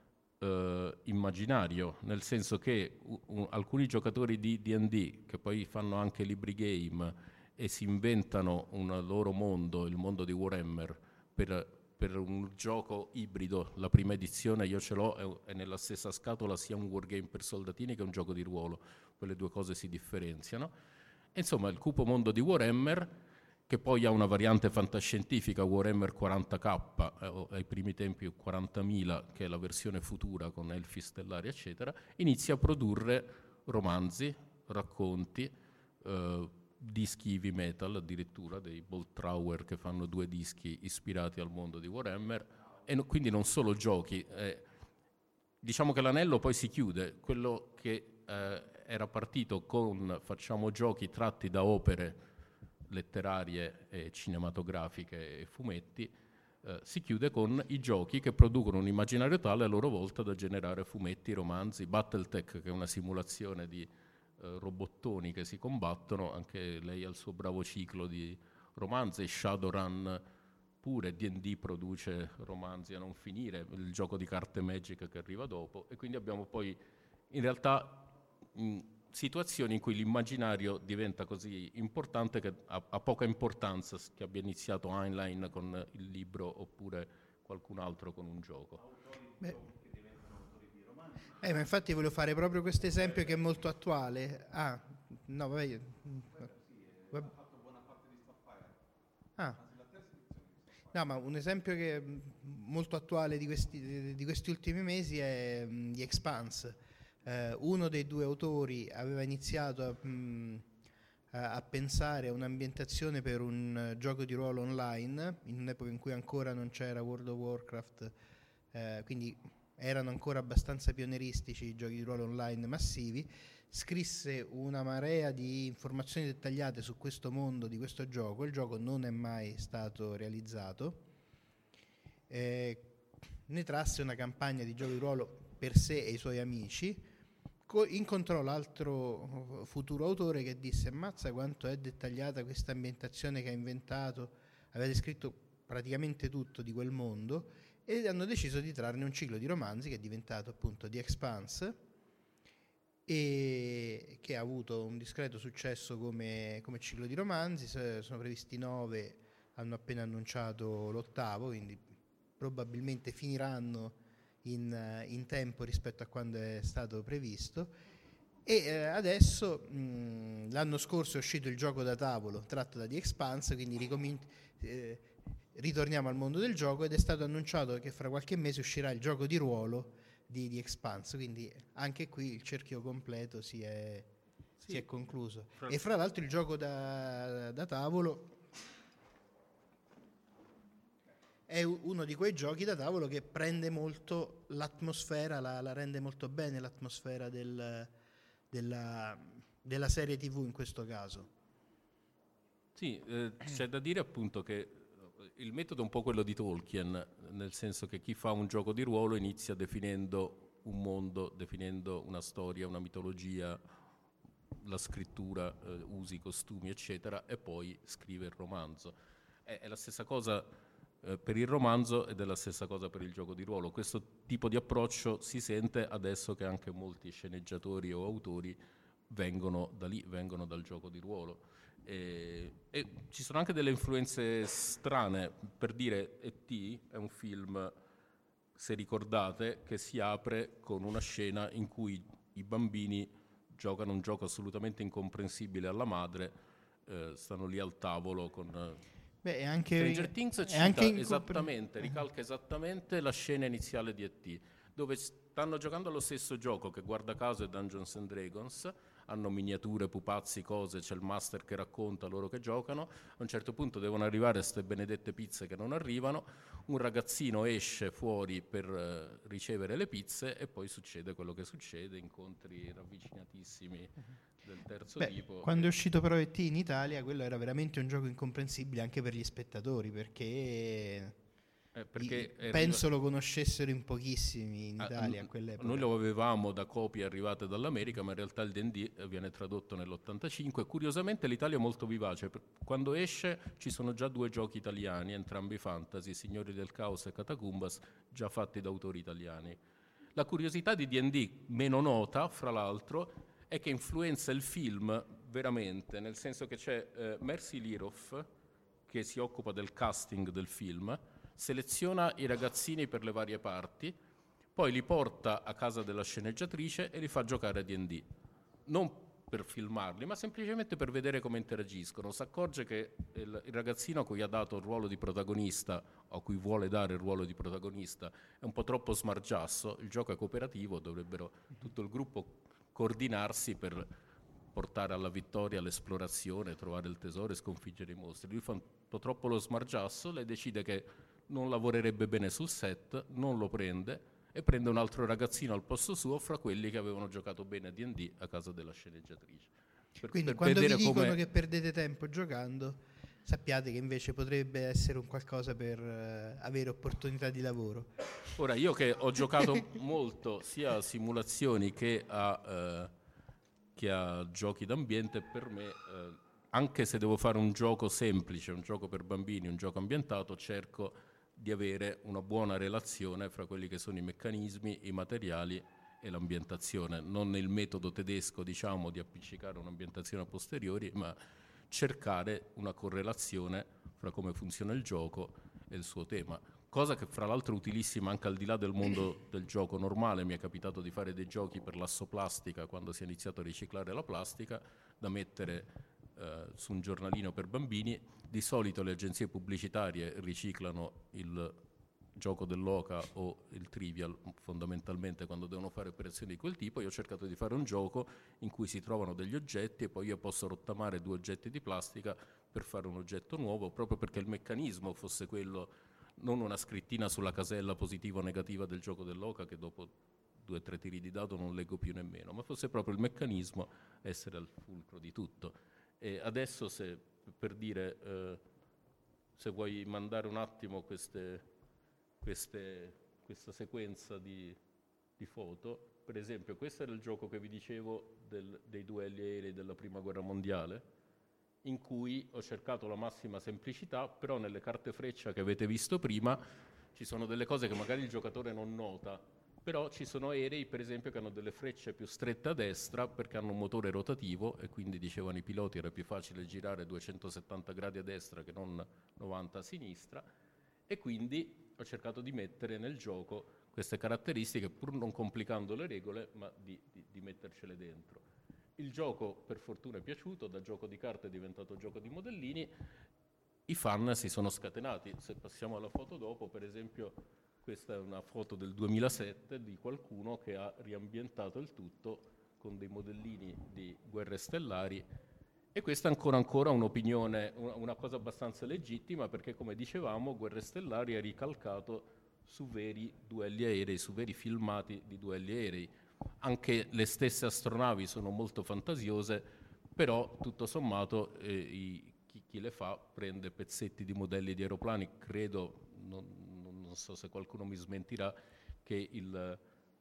eh, immaginario, nel senso che u- u- alcuni giocatori di D and D, che poi fanno anche libri game e si inventano un loro mondo, il mondo di Warhammer, per, per un gioco ibrido. La prima edizione io ce l'ho, è, è nella stessa scatola sia un wargame per soldatini che un gioco di ruolo, quelle due cose si differenziano. E insomma, il cupo mondo di Warhammer, che poi ha una variante fantascientifica, Warhammer quaranta K, eh, ai primi tempi quarantamila, che è la versione futura con elfi stellari, eccetera, inizia a produrre romanzi, racconti, eh, dischi heavy metal, addirittura dei Bolt Thrower che fanno due dischi ispirati al mondo di Warhammer, e no, quindi non solo giochi. Eh, diciamo che l'anello poi si chiude, quello che eh, era partito con facciamo giochi tratti da opere letterarie e cinematografiche e fumetti, eh, si chiude con i giochi che producono un immaginario tale a loro volta da generare fumetti, romanzi. Battletech, che è una simulazione di eh, robottoni che si combattono, anche lei ha il suo bravo ciclo di romanzi. Shadowrun pure, D and D produce romanzi a non finire, il gioco di carte Magic che arriva dopo, e quindi abbiamo poi in realtà mh, situazioni in cui l'immaginario diventa così importante che ha, ha poca importanza che abbia iniziato Heinlein con il libro oppure qualcun altro con un gioco. Beh. Eh, ma infatti volevo fare proprio questo esempio che è molto attuale. Ah, no, vabbè. Vabbè. Ah. No, ma un esempio che è molto attuale di questi, di questi ultimi mesi è um, The Expanse. Uh, uno dei due autori aveva iniziato a, mh, a, a pensare a un'ambientazione per un uh, gioco di ruolo online, in un'epoca in cui ancora non c'era World of Warcraft, uh, quindi erano ancora abbastanza pionieristici i giochi di ruolo online massivi. Scrisse una marea di informazioni dettagliate su questo mondo di questo gioco. Il gioco non è mai stato realizzato. Eh, ne trasse una campagna di gioco di ruolo per sé e i suoi amici. Co- incontrò l'altro futuro autore che disse: ammazza quanto è dettagliata questa ambientazione che ha inventato, avete scritto praticamente tutto di quel mondo, e hanno deciso di trarne un ciclo di romanzi che è diventato appunto The Expanse, e che ha avuto un discreto successo come, come ciclo di romanzi. Sono previsti nove, hanno appena annunciato l'ottavo, quindi probabilmente finiranno in, in tempo rispetto a quando è stato previsto. E eh, adesso mh, l'anno scorso è uscito il gioco da tavolo tratto da The Expanse, quindi ricomin- eh, ritorniamo al mondo del gioco, ed è stato annunciato che fra qualche mese uscirà il gioco di ruolo di The Expanse, quindi anche qui il cerchio completo si è, sì. si è concluso. Fra... E fra l'altro il gioco da, da tavolo è uno di quei giochi da tavolo che prende molto l'atmosfera, la, la rende molto bene l'atmosfera del, della, della serie tivù in questo caso. Sì, eh, c'è da dire appunto che il metodo è un po' quello di Tolkien, nel senso che chi fa un gioco di ruolo inizia definendo un mondo, definendo una storia, una mitologia, la scrittura, eh, usi, costumi, eccetera, e poi scrive il romanzo. È, è la stessa cosa eh, per il romanzo ed è la stessa cosa per il gioco di ruolo. Questo tipo di approccio si sente adesso che anche molti sceneggiatori o autori vengono da lì, vengono dal gioco di ruolo. E, e ci sono anche delle influenze strane. Per dire, E T è un film, se ricordate, che si apre con una scena in cui i bambini giocano un gioco assolutamente incomprensibile alla madre, eh, stanno lì al tavolo con... Eh, Beh, è anche, Stranger Things è cita anche esattamente, ricalca esattamente la scena iniziale di E T, dove stanno giocando allo stesso gioco che guarda caso è Dungeons and Dragons, hanno miniature, pupazzi, cose, c'è il master che racconta loro che giocano, a un certo punto devono arrivare a queste benedette pizze che non arrivano, un ragazzino esce fuori per uh, ricevere le pizze e poi succede quello che succede, incontri ravvicinatissimi del terzo Beh, tipo. quando è uscito però E T in Italia, quello era veramente un gioco incomprensibile anche per gli spettatori, perché... Eh, perché I, penso lo conoscessero in pochissimi in Italia ah, a quell'epoca. Noi lo avevamo da copie arrivate dall'America, ma in realtà il D and D viene tradotto nell'ottantacinque. Curiosamente l'Italia è molto vivace. Quando esce ci sono già due giochi italiani, entrambi fantasy, Signori del Caos e Catacumbas, già fatti da autori italiani. La curiosità di D and D, meno nota, fra l'altro, è che influenza il film veramente, nel senso che c'è eh, Mercy Liroff, che si occupa del casting del film, seleziona i ragazzini per le varie parti, poi li porta a casa della sceneggiatrice e li fa giocare a D and D. Non per filmarli, ma semplicemente per vedere come interagiscono. Si accorge che il, il ragazzino a cui ha dato il ruolo di protagonista, o a cui vuole dare il ruolo di protagonista, è un po' troppo smargiasso, il gioco è cooperativo, dovrebbero tutto il gruppo coordinarsi per portare alla vittoria l'esplorazione, trovare il tesoro e sconfiggere i mostri. Lui fa un po' troppo lo smargiasso, lei decide che non lavorerebbe bene sul set, non lo prende e prende un altro ragazzino al posto suo fra quelli che avevano giocato bene a D and D a casa della sceneggiatrice. Per, Quindi per quando vi dicono come... che perdete tempo giocando, sappiate che invece potrebbe essere un qualcosa per uh, avere opportunità di lavoro. Ora, io che ho giocato molto sia a simulazioni che a, uh, che a giochi d'ambiente, per me... Uh, anche se devo fare un gioco semplice, un gioco per bambini, un gioco ambientato, cerco di avere una buona relazione fra quelli che sono i meccanismi, i materiali e l'ambientazione, non il metodo tedesco, diciamo, di appiccicare un'ambientazione a posteriori, ma cercare una correlazione fra come funziona il gioco e il suo tema. Cosa che fra l'altro è utilissima anche al di là del mondo del gioco normale. Mi è capitato di fare dei giochi per l'assoplastica quando si è iniziato a riciclare la plastica, da mettere Uh, su un giornalino per bambini. Di solito le agenzie pubblicitarie riciclano il gioco dell'oca o il trivial fondamentalmente quando devono fare operazioni di quel tipo. Io ho cercato di fare un gioco in cui si trovano degli oggetti e poi io posso rottamare due oggetti di plastica per fare un oggetto nuovo, proprio perché il meccanismo fosse quello, non una scrittina sulla casella positiva o negativa del gioco dell'oca che dopo due o tre tiri di dado non leggo più nemmeno, ma fosse proprio il meccanismo essere al fulcro di tutto. E adesso, se, per dire, eh, se vuoi mandare un attimo queste, queste, questa sequenza di, di foto, per esempio questo era il gioco che vi dicevo del, dei duelli aerei della prima guerra mondiale, in cui ho cercato la massima semplicità, però nelle carte freccia che avete visto prima ci sono delle cose che magari il giocatore non nota, però ci sono aerei per esempio che hanno delle frecce più strette a destra perché hanno un motore rotativo e quindi dicevano i piloti era più facile girare duecentosettanta gradi a destra che non novanta a sinistra, e quindi ho cercato di mettere nel gioco queste caratteristiche pur non complicando le regole, ma di, di, di mettercele dentro. Il gioco per fortuna è piaciuto, da gioco di carte è diventato gioco di modellini, i fan si sono scatenati. Se passiamo alla foto dopo, per esempio questa è una foto del duemilasette di qualcuno che ha riambientato il tutto con dei modellini di Guerre Stellari, e questa è ancora ancora un'opinione, una, una cosa abbastanza legittima, perché come dicevamo Guerre Stellari è ricalcato su veri duelli aerei, su veri filmati di duelli aerei. Anche le stesse astronavi sono molto fantasiose, però tutto sommato eh, i, chi, chi le fa prende pezzetti di modelli di aeroplani. Credo, non, non so se qualcuno mi smentirà, che il,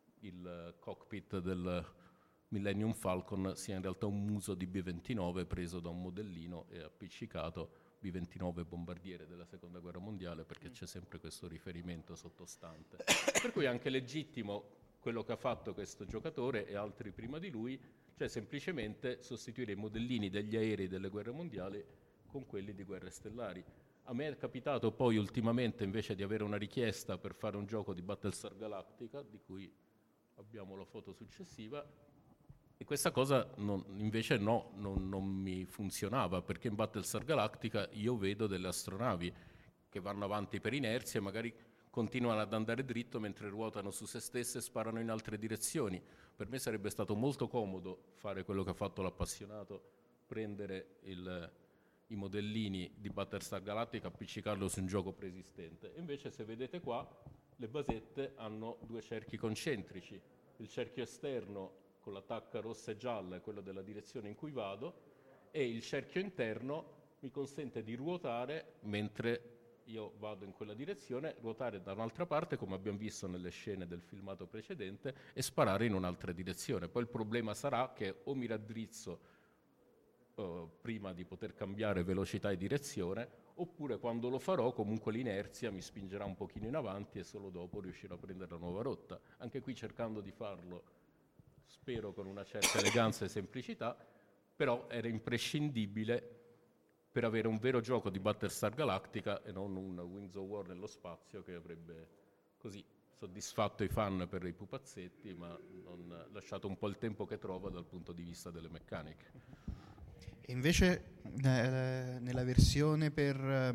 il cockpit del Millennium Falcon sia in realtà un muso di B ventinove preso da un modellino e appiccicato, B ventinove bombardiere della seconda guerra mondiale, perché c'è sempre questo riferimento sottostante. Per cui è anche legittimo quello che ha fatto questo giocatore e altri prima di lui, cioè semplicemente sostituire i modellini degli aerei delle guerre mondiali con quelli di Guerre Stellari. A me è capitato poi ultimamente invece di avere una richiesta per fare un gioco di Battlestar Galactica, di cui abbiamo la foto successiva, E questa cosa non, invece no, non, non mi funzionava, perché in Battlestar Galactica io vedo delle astronavi che vanno avanti per inerzia e magari continuano ad andare dritto mentre ruotano su se stesse e sparano in altre direzioni. Per me sarebbe stato molto comodo fare quello che ha fatto l'appassionato, prendere il, i modellini di Battlestar Galactica, appiccicarlo su un gioco preesistente. E invece, se vedete qua, le basette hanno due cerchi concentrici. Il cerchio esterno con la tacca rossa e gialla è quello della direzione in cui vado, e il cerchio interno mi consente di ruotare mentre io vado in quella direzione, ruotare da un'altra parte, come abbiamo visto nelle scene del filmato precedente, e sparare in un'altra direzione. Poi il problema sarà che o mi raddrizzo uh, prima di poter cambiare velocità e direzione, oppure quando lo farò comunque l'inerzia mi spingerà un pochino in avanti e solo dopo riuscirò a prendere la nuova rotta. Anche qui cercando di farlo, spero con una certa eleganza e semplicità, però era imprescindibile per avere un vero gioco di Battlestar Galactica e non un Wings of War nello spazio che avrebbe così soddisfatto i fan per i pupazzetti, ma non lasciato un po' il tempo che trova dal punto di vista delle meccaniche. E invece eh, nella versione per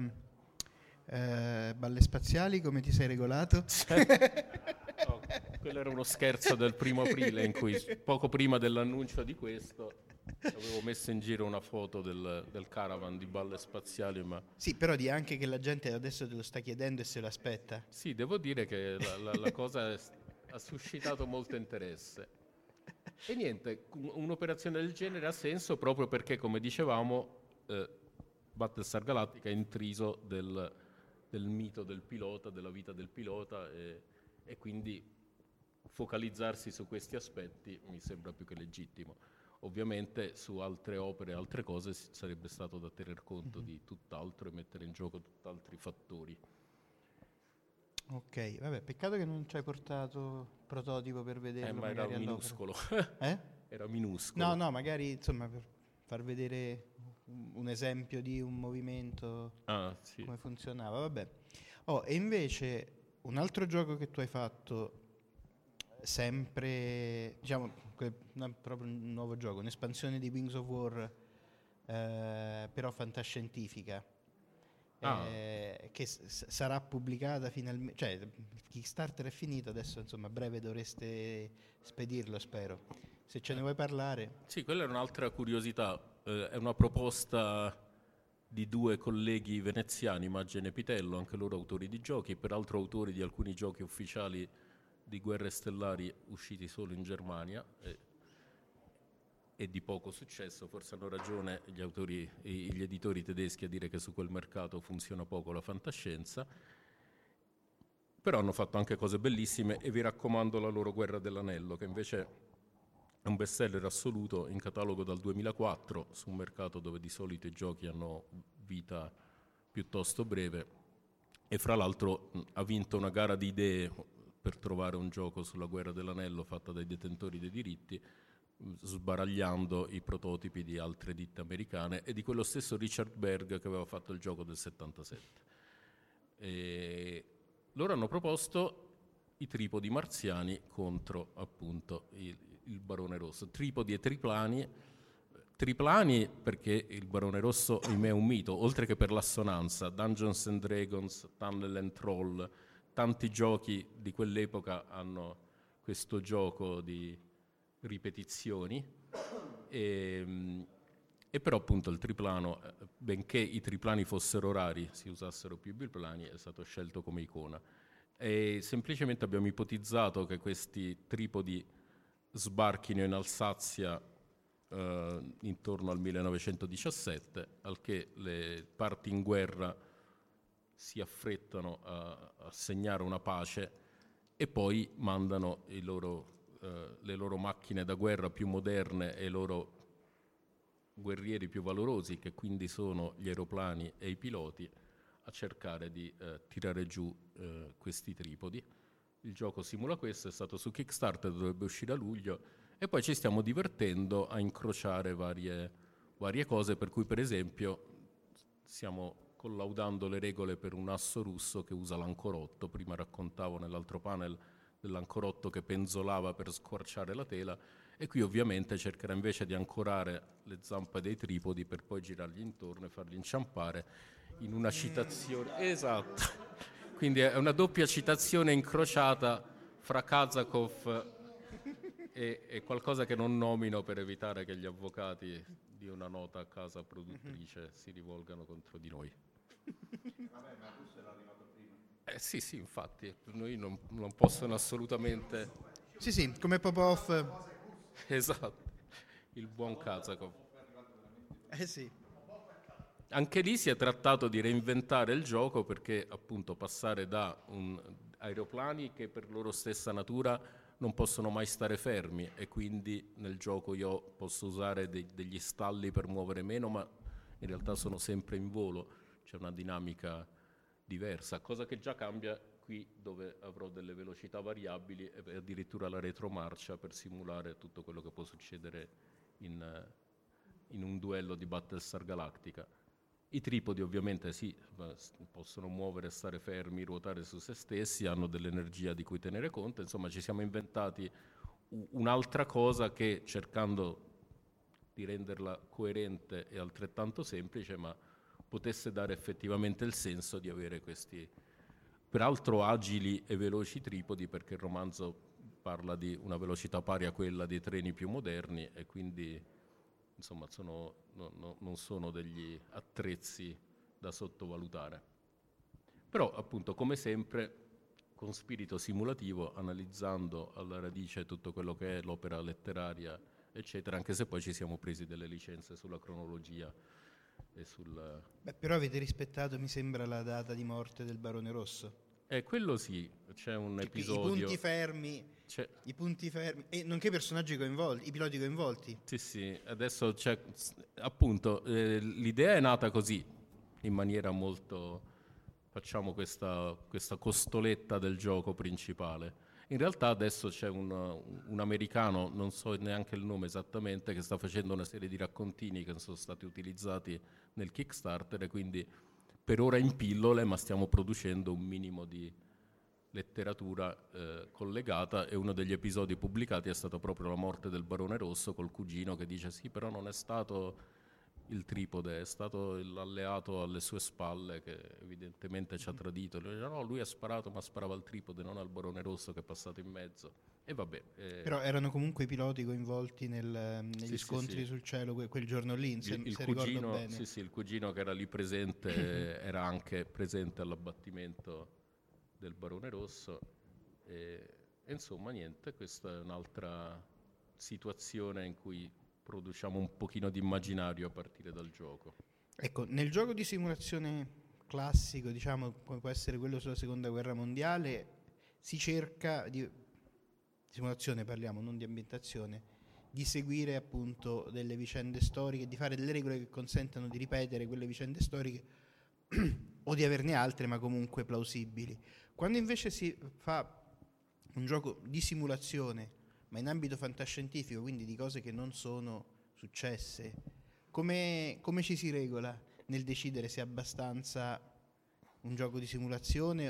eh, balle spaziali come ti sei regolato? No, quello era uno scherzo del primo aprile, in cui poco prima dell'annuncio di questo avevo messo in giro una foto del, del caravan di balle spaziali, ma... Sì, però di anche che la gente adesso te lo sta chiedendo e se lo aspetta. Sì, devo dire che la, la, la cosa è, ha suscitato molto interesse. E niente, un'operazione del genere ha senso proprio perché, come dicevamo, eh, Battlestar Galactica è intriso del, del mito del pilota, della vita del pilota, e, e quindi focalizzarsi su questi aspetti mi sembra più che legittimo. Ovviamente su altre opere, altre cose sarebbe stato da tener conto mm-hmm. di tutt'altro e mettere in gioco tutt'altri fattori. Ok, vabbè, peccato che non ci hai portato il prototipo per vederlo. Eh, ma era minuscolo. Eh? Era minuscolo. No, no, magari insomma per far vedere un esempio di un movimento, ah, sì. come funzionava, vabbè. Oh, e invece un altro gioco che tu hai fatto, sempre, diciamo, non è proprio un nuovo gioco, un'espansione di Wings of War, eh, però fantascientifica, ah. eh, che s- sarà pubblicata finalmente, cioè il Kickstarter è finito, adesso insomma a breve dovreste spedirlo, spero. Se ce ne vuoi parlare. Sì, quella è un'altra curiosità, eh, è una proposta di due colleghi veneziani, Maggio e Pitello, anche loro autori di giochi, peraltro autori di alcuni giochi ufficiali di Guerre Stellari usciti solo in Germania e, e di poco successo. Forse hanno ragione gli autori e gli editori tedeschi a dire che su quel mercato funziona poco la fantascienza, però hanno fatto anche cose bellissime e vi raccomando la loro Guerra dell'Anello, che invece è un bestseller assoluto, in catalogo dal duemilaquattro, su un mercato dove di solito i giochi hanno vita piuttosto breve, e fra l'altro ha vinto una gara di idee per trovare un gioco sulla Guerra dell'Anello fatta dai detentori dei diritti, sbaragliando i prototipi di altre ditte americane e di quello stesso Richard Berg che aveva fatto il gioco del settantasette. E loro hanno proposto i tripodi marziani contro appunto il, il Barone Rosso, tripodi e triplani. Triplani perché il Barone Rosso in me è un mito, oltre che per l'assonanza. Dungeons and Dragons, Tunnel and Troll, tanti giochi di quell'epoca hanno questo gioco di ripetizioni, e, e però appunto il triplano, benché i triplani fossero rari, si usassero più biplani, è stato scelto come icona. E semplicemente abbiamo ipotizzato che questi tripodi sbarchino in Alsazia eh, intorno al millenovecentodiciassette, al che le parti in guerra si affrettano a, a segnare una pace e poi mandano i loro, eh, le loro macchine da guerra più moderne e i loro guerrieri più valorosi, che quindi sono gli aeroplani e i piloti, a cercare di eh, tirare giù eh, questi tripodi. Il gioco simula questo, è stato su Kickstarter, dovrebbe uscire a luglio, e poi ci stiamo divertendo a incrociare varie, varie cose, per cui per esempio stiamo collaudando le regole per un asso russo che usa l'ancorotto. Prima raccontavo nell'altro panel dell'ancorotto che penzolava per squarciare la tela, E qui ovviamente cercherà invece di ancorare le zampe dei tripodi per poi girargli intorno e farli inciampare in una citazione. Esatto. Quindi è una doppia citazione incrociata fra Kazakov e, e qualcosa che non nomino per evitare che gli avvocati di una nota casa produttrice si rivolgano contro di noi. Vabbè, ma questo era arrivato prima. Eh sì, sì, infatti, noi non, non possono assolutamente... Sì, sì, come Popov. Esatto, il buon Kazakov. Eh sì. Anche lì si è trattato di reinventare il gioco perché appunto passare da un, aeroplani che per loro stessa natura non possono mai stare fermi e quindi nel gioco io posso usare de- degli stalli per muovere meno, ma in realtà sono sempre in volo, c'è una dinamica diversa, cosa che già cambia qui dove avrò delle velocità variabili e addirittura la retromarcia per simulare tutto quello che può succedere in, in un duello di Battlestar Galactica. I tripodi ovviamente sì, possono muovere, stare fermi, ruotare su se stessi, hanno dell'energia di cui tenere conto, insomma ci siamo inventati un'altra cosa che cercando di renderla coerente e altrettanto semplice, ma potesse dare effettivamente il senso di avere questi peraltro agili e veloci tripodi, perché il romanzo parla di una velocità pari a quella dei treni più moderni e quindi insomma sono, no, no, non sono degli attrezzi da sottovalutare. Però appunto come sempre con spirito simulativo, analizzando alla radice tutto quello che è l'opera letteraria eccetera, anche se poi ci siamo presi delle licenze sulla cronologia e sul... Beh, però avete rispettato, mi sembra, la data di morte del Barone Rosso. Eh, quello sì, c'è un Che episodio... I punti fermi, c'è... i punti fermi, e nonché i personaggi coinvolti, i piloti coinvolti. Sì, sì, adesso c'è... Appunto, eh, l'idea è nata così, in maniera molto... Facciamo questa, questa costoletta del gioco principale. In realtà adesso c'è un, un americano, non so neanche il nome esattamente, che sta facendo una serie di raccontini che sono stati utilizzati nel Kickstarter e quindi per ora in pillole, ma stiamo producendo un minimo di letteratura eh, collegata e uno degli episodi pubblicati è stato proprio la morte del Barone Rosso col cugino che dice sì, però non è stato il tripode, è stato l'alleato alle sue spalle che evidentemente ci ha tradito. Lui dice no, lui ha sparato ma sparava al tripode, non al Barone Rosso che è passato in mezzo. E vabbè. Eh. Però erano comunque i piloti coinvolti nel, negli sì, scontri sì, sì. sul cielo quel, quel giorno lì, se, il, il se cugino, ricordo bene. Sì, sì, il cugino che era lì presente era anche presente all'abbattimento del Barone Rosso. E, e insomma niente, questa è un'altra situazione in cui produciamo un pochino di immaginario a partire dal gioco. Ecco, nel gioco di simulazione classico, diciamo, come può essere quello sulla seconda guerra mondiale, si cerca di simulazione, parliamo, non di ambientazione, di seguire appunto delle vicende storiche, di fare delle regole che consentano di ripetere quelle vicende storiche o di averne altre, ma comunque plausibili. Quando invece si fa un gioco di simulazione ma in ambito fantascientifico, quindi di cose che non sono successe, come, come ci si regola nel decidere se è abbastanza un gioco di simulazione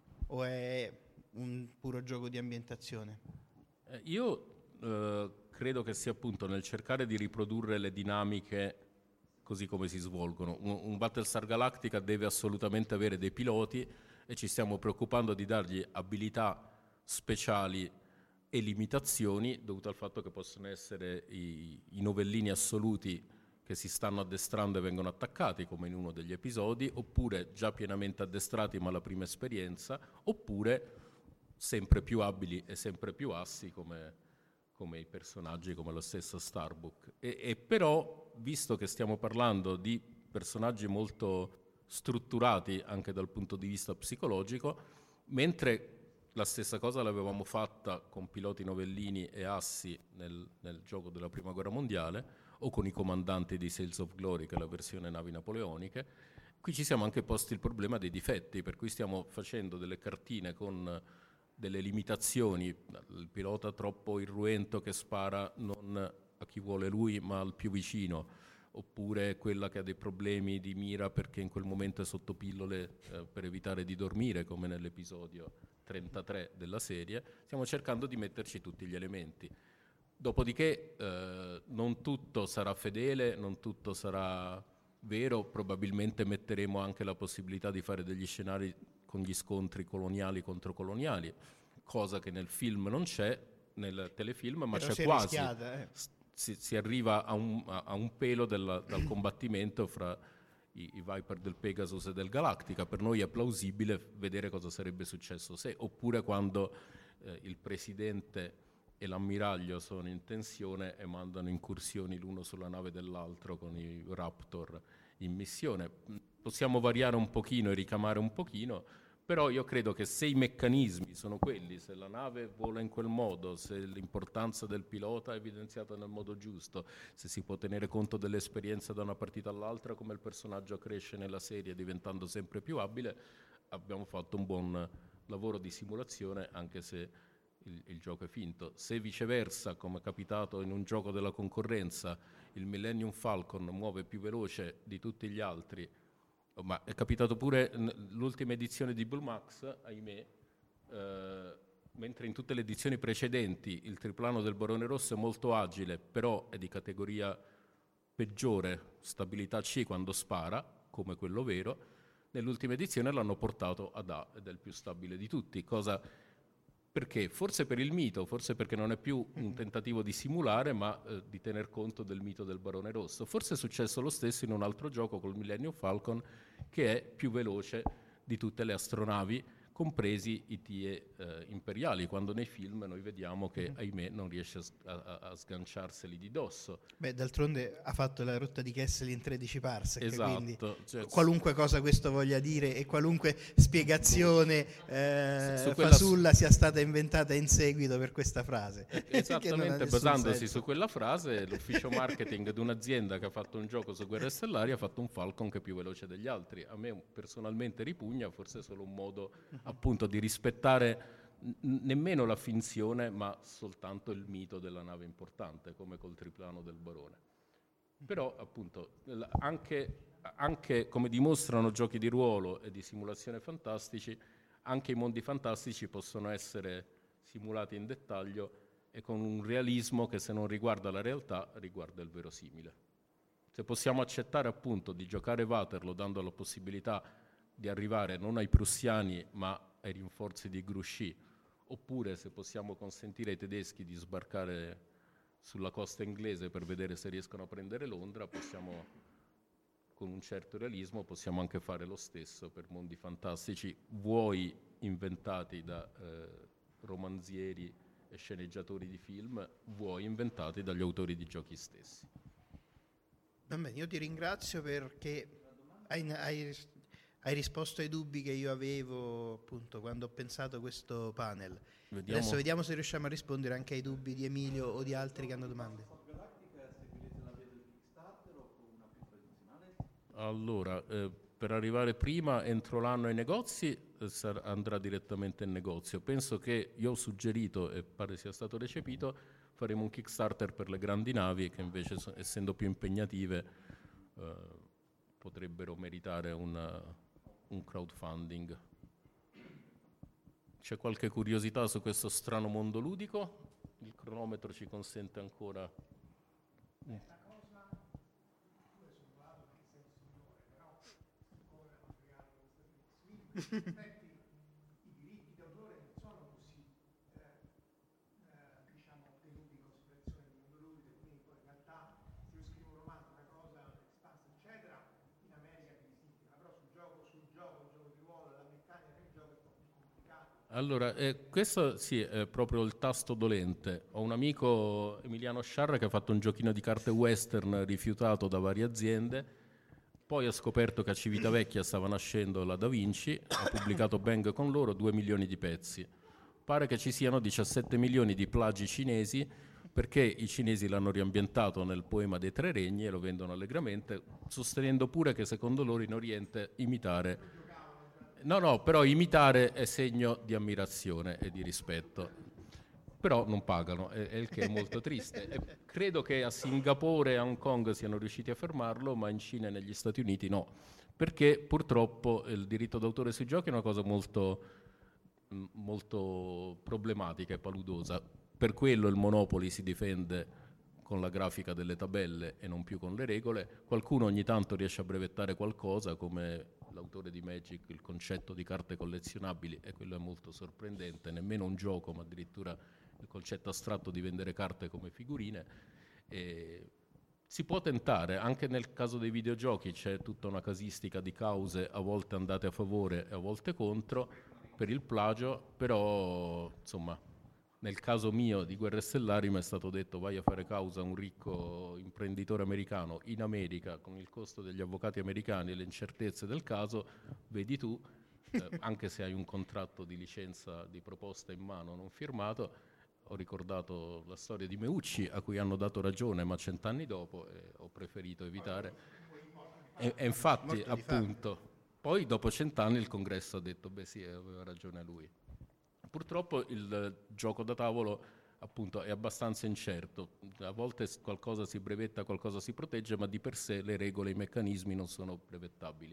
o è un puro gioco di ambientazione? Eh, io eh, credo che sia appunto nel cercare di riprodurre le dinamiche così come si svolgono. Un, un Battlestar Galactica deve assolutamente avere dei piloti e ci stiamo preoccupando di dargli abilità speciali e limitazioni dovute al fatto che possono essere i, i novellini assoluti che si stanno addestrando e vengono attaccati come in uno degli episodi, oppure già pienamente addestrati ma la prima esperienza, oppure sempre più abili e sempre più assi come, come i personaggi, come lo stesso Starbuck. E, e però, visto che stiamo parlando di personaggi molto strutturati anche dal punto di vista psicologico, mentre la stessa cosa l'avevamo fatta con piloti novellini e assi nel, nel gioco della Prima Guerra Mondiale o con i comandanti di Sails of Glory, che è la versione navi napoleoniche. Qui ci siamo anche posti il problema dei difetti, per cui stiamo facendo delle cartine con delle limitazioni, il pilota troppo irruento che spara non a chi vuole lui ma al più vicino, oppure quella che ha dei problemi di mira perché in quel momento è sotto pillole eh, per evitare di dormire, come nell'episodio trentatré della serie. Stiamo cercando di metterci tutti gli elementi. Dopodiché eh, non tutto sarà fedele, non tutto sarà vero, probabilmente metteremo anche la possibilità di fare degli scenari con gli scontri coloniali contro coloniali, cosa che nel film non c'è, nel telefilm, ma Però c'è si è quasi. rischiata, eh. Si, si arriva a un, a, a un pelo del, dal combattimento fra i, i Viper del Pegasus e del Galactica. Per noi è plausibile vedere cosa sarebbe successo se, oppure quando eh, il presidente e l'ammiraglio sono in tensione e mandano incursioni l'uno sulla nave dell'altro con i Raptor in missione. Possiamo variare un pochino e ricamare un pochino, però io credo che se i meccanismi sono quelli, se la nave vola in quel modo, se l'importanza del pilota è evidenziata nel modo giusto, se si può tenere conto dell'esperienza da una partita all'altra, come il personaggio cresce nella serie diventando sempre più abile, abbiamo fatto un buon lavoro di simulazione, anche se Il, il gioco è finto. Se viceversa, come è capitato in un gioco della concorrenza, il Millennium Falcon muove più veloce di tutti gli altri, ma è capitato pure l'ultima edizione di Bull Max, ahimè, eh, mentre in tutte le edizioni precedenti il triplano del Barone Rosso è molto agile, però è di categoria peggiore, stabilità C quando spara, come quello vero, nell'ultima edizione l'hanno portato ad A ed è il più stabile di tutti, cosa... Perché? Forse per il mito, forse perché non è più un tentativo di simulare, ma eh, di tener conto del mito del Barone Rosso. Forse è successo lo stesso in un altro gioco col Millennium Falcon, che è più veloce di tutte le astronavi, compresi i T I E eh, imperiali, quando nei film noi vediamo che, ahimè, non riesce a, a, a sganciarseli di dosso. Beh, d'altronde ha fatto la rotta di Kessel in tredici parsec, Esatto, quindi cioè, qualunque cosa questo voglia dire e qualunque spiegazione eh, su quella fasulla sia stata inventata in seguito per questa frase. Esattamente, basandosi su quella frase, l'ufficio marketing di un'azienda che ha fatto un gioco su Guerre Stellari ha fatto un Falcon che è più veloce degli altri. A me personalmente ripugna, forse è solo un modo appunto di rispettare n- nemmeno la finzione, ma soltanto il mito della nave importante, come col triplano del Barone. Però appunto l- anche, anche come dimostrano giochi di ruolo e di simulazione fantastici, anche i mondi fantastici possono essere simulati in dettaglio e con un realismo che, se non riguarda la realtà, riguarda il verosimile. Se possiamo accettare appunto di giocare Waterloo dando la possibilità di arrivare non ai prussiani ma ai rinforzi di Grouchy, oppure se possiamo consentire ai tedeschi di sbarcare sulla costa inglese per vedere se riescono a prendere Londra, possiamo, con un certo realismo, possiamo anche fare lo stesso per mondi fantastici, vuoi inventati da eh, romanzieri e sceneggiatori di film, vuoi inventati dagli autori di giochi stessi. Va bene, io ti ringrazio perché hai, hai, hai risposto ai dubbi che io avevo appunto quando ho pensato a questo panel. Vediamo. Adesso vediamo se riusciamo a rispondere anche ai dubbi di Emilio o di altri che hanno domande. Allora, eh, per arrivare prima, entro l'anno ai negozi, eh, sar- andrà direttamente in negozio. Penso che io ho suggerito, e pare sia stato recepito, faremo un Kickstarter per le grandi navi che invece, so- essendo più impegnative, eh, potrebbero meritare una, un crowdfunding. C'è qualche curiosità su questo strano mondo ludico? Il cronometro ci consente ancora... un- In effetti i diritti d'autore non sono così eh, eh, diciamo tenuti in considerazione nel mondo ludico, quindi poi in realtà se io scrivo un romanzo, una cosa espansa eccetera, in America è distinta, però sul gioco, sul gioco, il gioco di ruolo, la meccanica del gioco è un po' più complicato. Allora, eh, questo sì, è proprio il tasto dolente. Ho un amico, Emiliano Sciarra, che ha fatto un giochino di carte western rifiutato da varie aziende. Poi ha scoperto che a Civitavecchia stava nascendo la Da Vinci, ha pubblicato Bang con loro, due milioni di pezzi. Pare che ci siano diciassette milioni di plagi cinesi, perché i cinesi l'hanno riambientato nel poema dei Tre Regni e lo vendono allegramente, sostenendo pure che secondo loro in Oriente imitare... No, no, però imitare è segno di ammirazione e di rispetto. Però non pagano, è, è il che è molto triste. E credo che a Singapore e a Hong Kong siano riusciti a fermarlo, ma in Cina e negli Stati Uniti no, perché purtroppo il diritto d'autore sui giochi è una cosa molto, molto problematica e paludosa. per quello il Monopoly si difende con la grafica delle tabelle e non più con le regole. Qualcuno ogni tanto riesce a brevettare qualcosa, come l'autore di Magic, il concetto di carte collezionabili, e quello è molto sorprendente, nemmeno un gioco, ma addirittura il concetto astratto di vendere carte come figurine. E si può tentare, anche nel caso dei videogiochi c'è tutta una casistica di cause, a volte andate a favore e a volte contro, per il plagio, però insomma nel caso mio di Guerre Stellari mi è stato detto vai a fare causa a un ricco imprenditore americano in America con il costo degli avvocati americani e le incertezze del caso, vedi tu, eh, anche se hai un contratto di licenza di proposta in mano non firmato. Ho ricordato la storia di Meucci a cui hanno dato ragione ma cent'anni dopo, e ho preferito evitare e, e infatti appunto poi dopo cent'anni il congresso ha detto beh sì, aveva ragione lui. Purtroppo il gioco da tavolo appunto è abbastanza incerto, a volte qualcosa si brevetta, qualcosa si protegge, ma di per sé le regole e i meccanismi non sono brevettabili.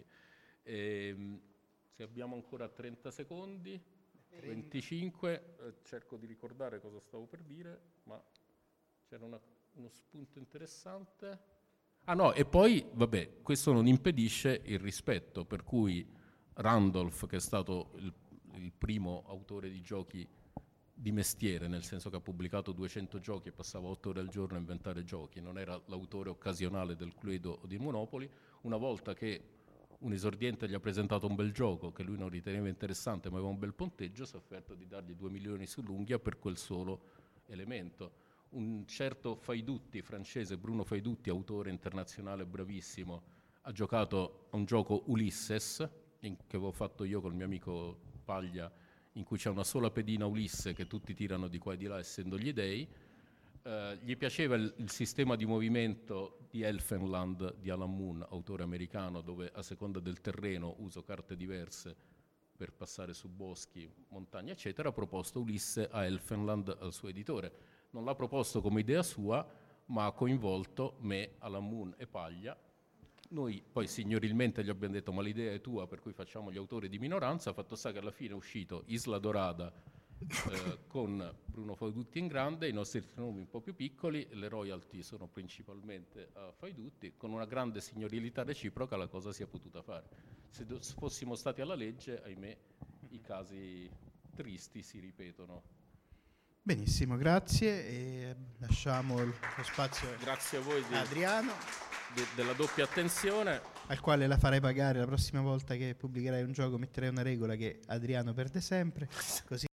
E, se abbiamo ancora trenta secondi, venticinque, eh, cerco di ricordare cosa stavo per dire, ma c'era una, uno spunto interessante. Ah no, e poi vabbè, questo non impedisce il rispetto, per cui Randolph, che è stato il il primo autore di giochi di mestiere, nel senso che ha pubblicato duecento giochi e passava otto ore al giorno a inventare giochi, non era l'autore occasionale del Cluedo o di Monopoly. Una volta che un esordiente gli ha presentato un bel gioco che lui non riteneva interessante ma aveva un bel punteggio, si è offerto di dargli due milioni sull'unghia per quel solo elemento. Un certo Faidutti, francese, Bruno Faidutti, autore internazionale bravissimo, ha giocato a un gioco Ulysses, in, che avevo fatto io col mio amico Paglia, in cui c'è una sola pedina Ulisse che tutti tirano di qua e di là essendo gli dei. Eh, gli piaceva il, il sistema di movimento di Elfenland di Alan Moon, autore americano, dove a seconda del terreno uso carte diverse per passare su boschi, montagne eccetera. Ha proposto Ulisse a Elfenland al suo editore. Non l'ha proposto come idea sua, ma ha coinvolto me, Alan Moon e Paglia. Noi poi signorilmente gli abbiamo detto ma l'idea è tua, per cui facciamo gli autori di minoranza. Fatto sta che alla fine è uscito Isla Dorada eh, con Bruno Faidutti in grande, i nostri nomi un po' più piccoli, le royalty sono principalmente a Faidutti, con una grande signorilità reciproca la cosa si è potuta fare. Se do- fossimo stati alla legge, ahimè, i casi tristi si ripetono. Benissimo, grazie, e lasciamo lo spazio Grazie a voi di, a Adriano, de- della doppia attenzione. al quale la farai pagare la prossima volta che pubblicherai un gioco. Metterai una regola che Adriano perde sempre, così.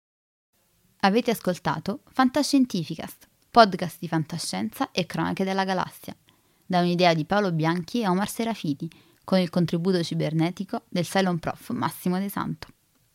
Avete ascoltato Fantascientificast, podcast di fantascienza e cronache della galassia, da un'idea di Paolo Bianchi e Omar Serafiti, con il contributo cibernetico del Cylon Prof Massimo De Santo.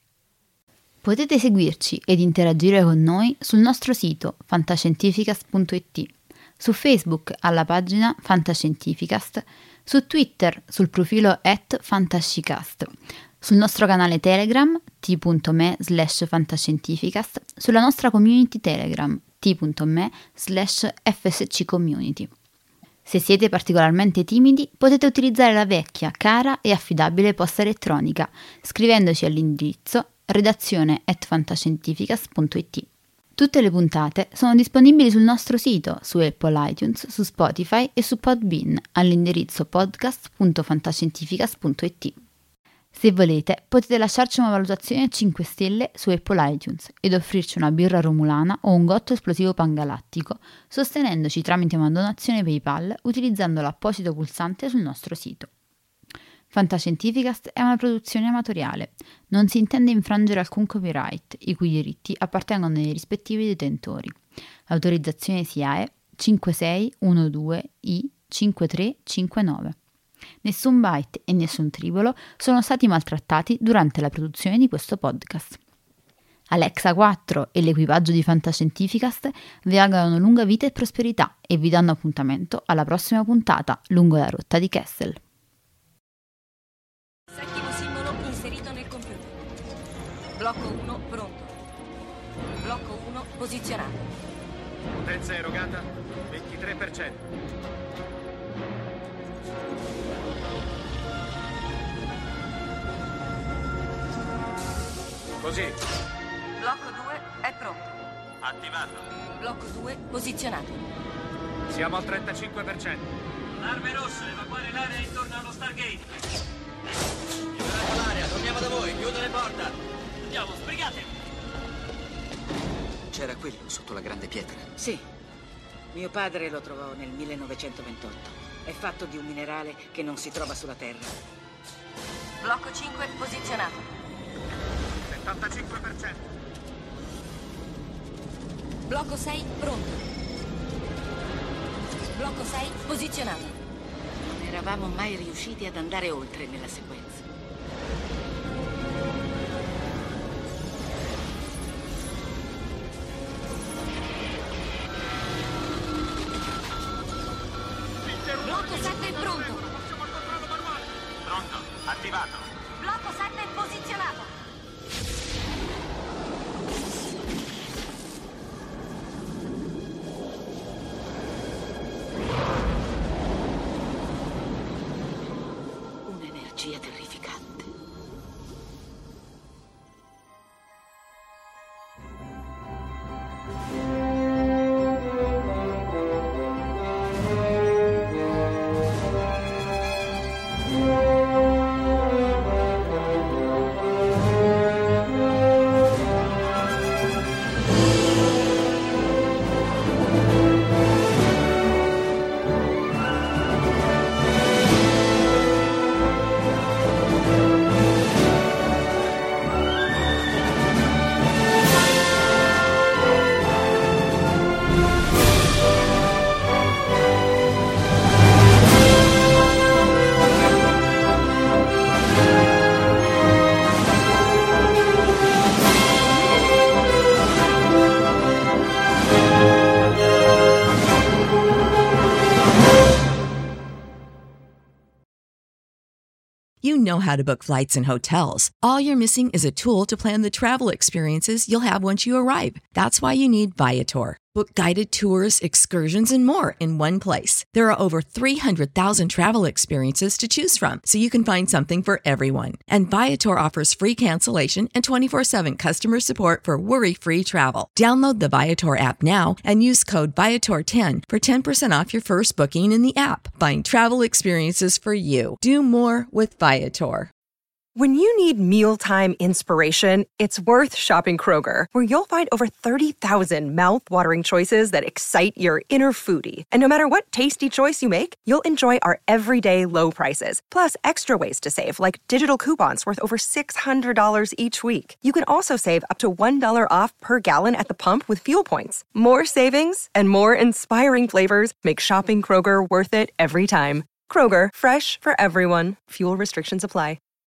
Potete seguirci ed interagire con noi sul nostro sito fantascientificast punto it, su Facebook alla pagina Fantascientificast, su Twitter sul profilo at fantascicast, sul nostro canale Telegram t.me slash fantascientificast, sulla nostra community Telegram t.me slash fsccommunity. Se siete particolarmente timidi, potete utilizzare la vecchia, cara e affidabile posta elettronica, scrivendoci all'indirizzo redazione at fantascientificast punto it. Tutte le puntate sono disponibili sul nostro sito, su Apple iTunes, su Spotify e su Podbean, all'indirizzo podcast punto fantascientificast punto it. Se volete, potete lasciarci una valutazione a cinque stelle su Apple iTunes ed offrirci una birra romulana o un gotto esplosivo pangalattico, sostenendoci tramite una donazione PayPal utilizzando l'apposito pulsante sul nostro sito. Fantascientificast è una produzione amatoriale, non si intende infrangere alcun copyright, i cui diritti appartengono ai rispettivi detentori. Autorizzazione S I A E cinque sei uno due I cinque tre cinque nove. Nessun byte e nessun tribolo sono stati maltrattati durante la produzione di questo podcast. Alexa quattro e l'equipaggio di Fantascientificast vi augurano lunga vita e prosperità e vi danno appuntamento alla prossima puntata lungo la rotta di Kessel. Settimo simbolo inserito nel computer. Blocco uno pronto. Blocco uno posizionato. Potenza erogata ventitré per cento. Così. Blocco due è pronto. attivato. Blocco due posizionato. Siamo al trentacinque per cento. Arme rosse, evacuare l'area intorno allo Stargate. Liberate l'area, torniamo da voi, chiudo le porte. Andiamo, sbrigate. C'era quello sotto la grande pietra? Sì. Mio padre lo trovò nel millenovecentoventotto. È fatto di un minerale che non si trova sulla Terra. Blocco cinque posizionato. settantacinque per cento. Blocco sei pronto. Blocco sei posizionato. Non eravamo mai riusciti ad andare oltre nella sequenza. Blocco sette pronto. Pronto, attivato. Blocco sette posizionato. Un'energia terrificante. You know how to book flights and hotels. All you're missing is a tool to plan the travel experiences you'll have once you arrive. That's why you need Viator. Book guided tours, excursions, and more in one place. There are over three hundred thousand travel experiences to choose from, so you can find something for everyone. And Viator offers free cancellation and twenty-four seven customer support for worry-free travel. Download the Viator app now and use code Viator ten for ten percent off your first booking in the app. Find travel experiences for you. Do more with Viator. When you need mealtime inspiration, it's worth shopping Kroger, where you'll find over thirty thousand mouth-watering choices that excite your inner foodie. And no matter what tasty choice you make, you'll enjoy our everyday low prices, plus extra ways to save, like digital coupons worth over six hundred dollars each week. You can also save up to one dollar off per gallon at the pump with fuel points. More savings and more inspiring flavors make shopping Kroger worth it every time. Kroger, fresh for everyone. Fuel restrictions apply.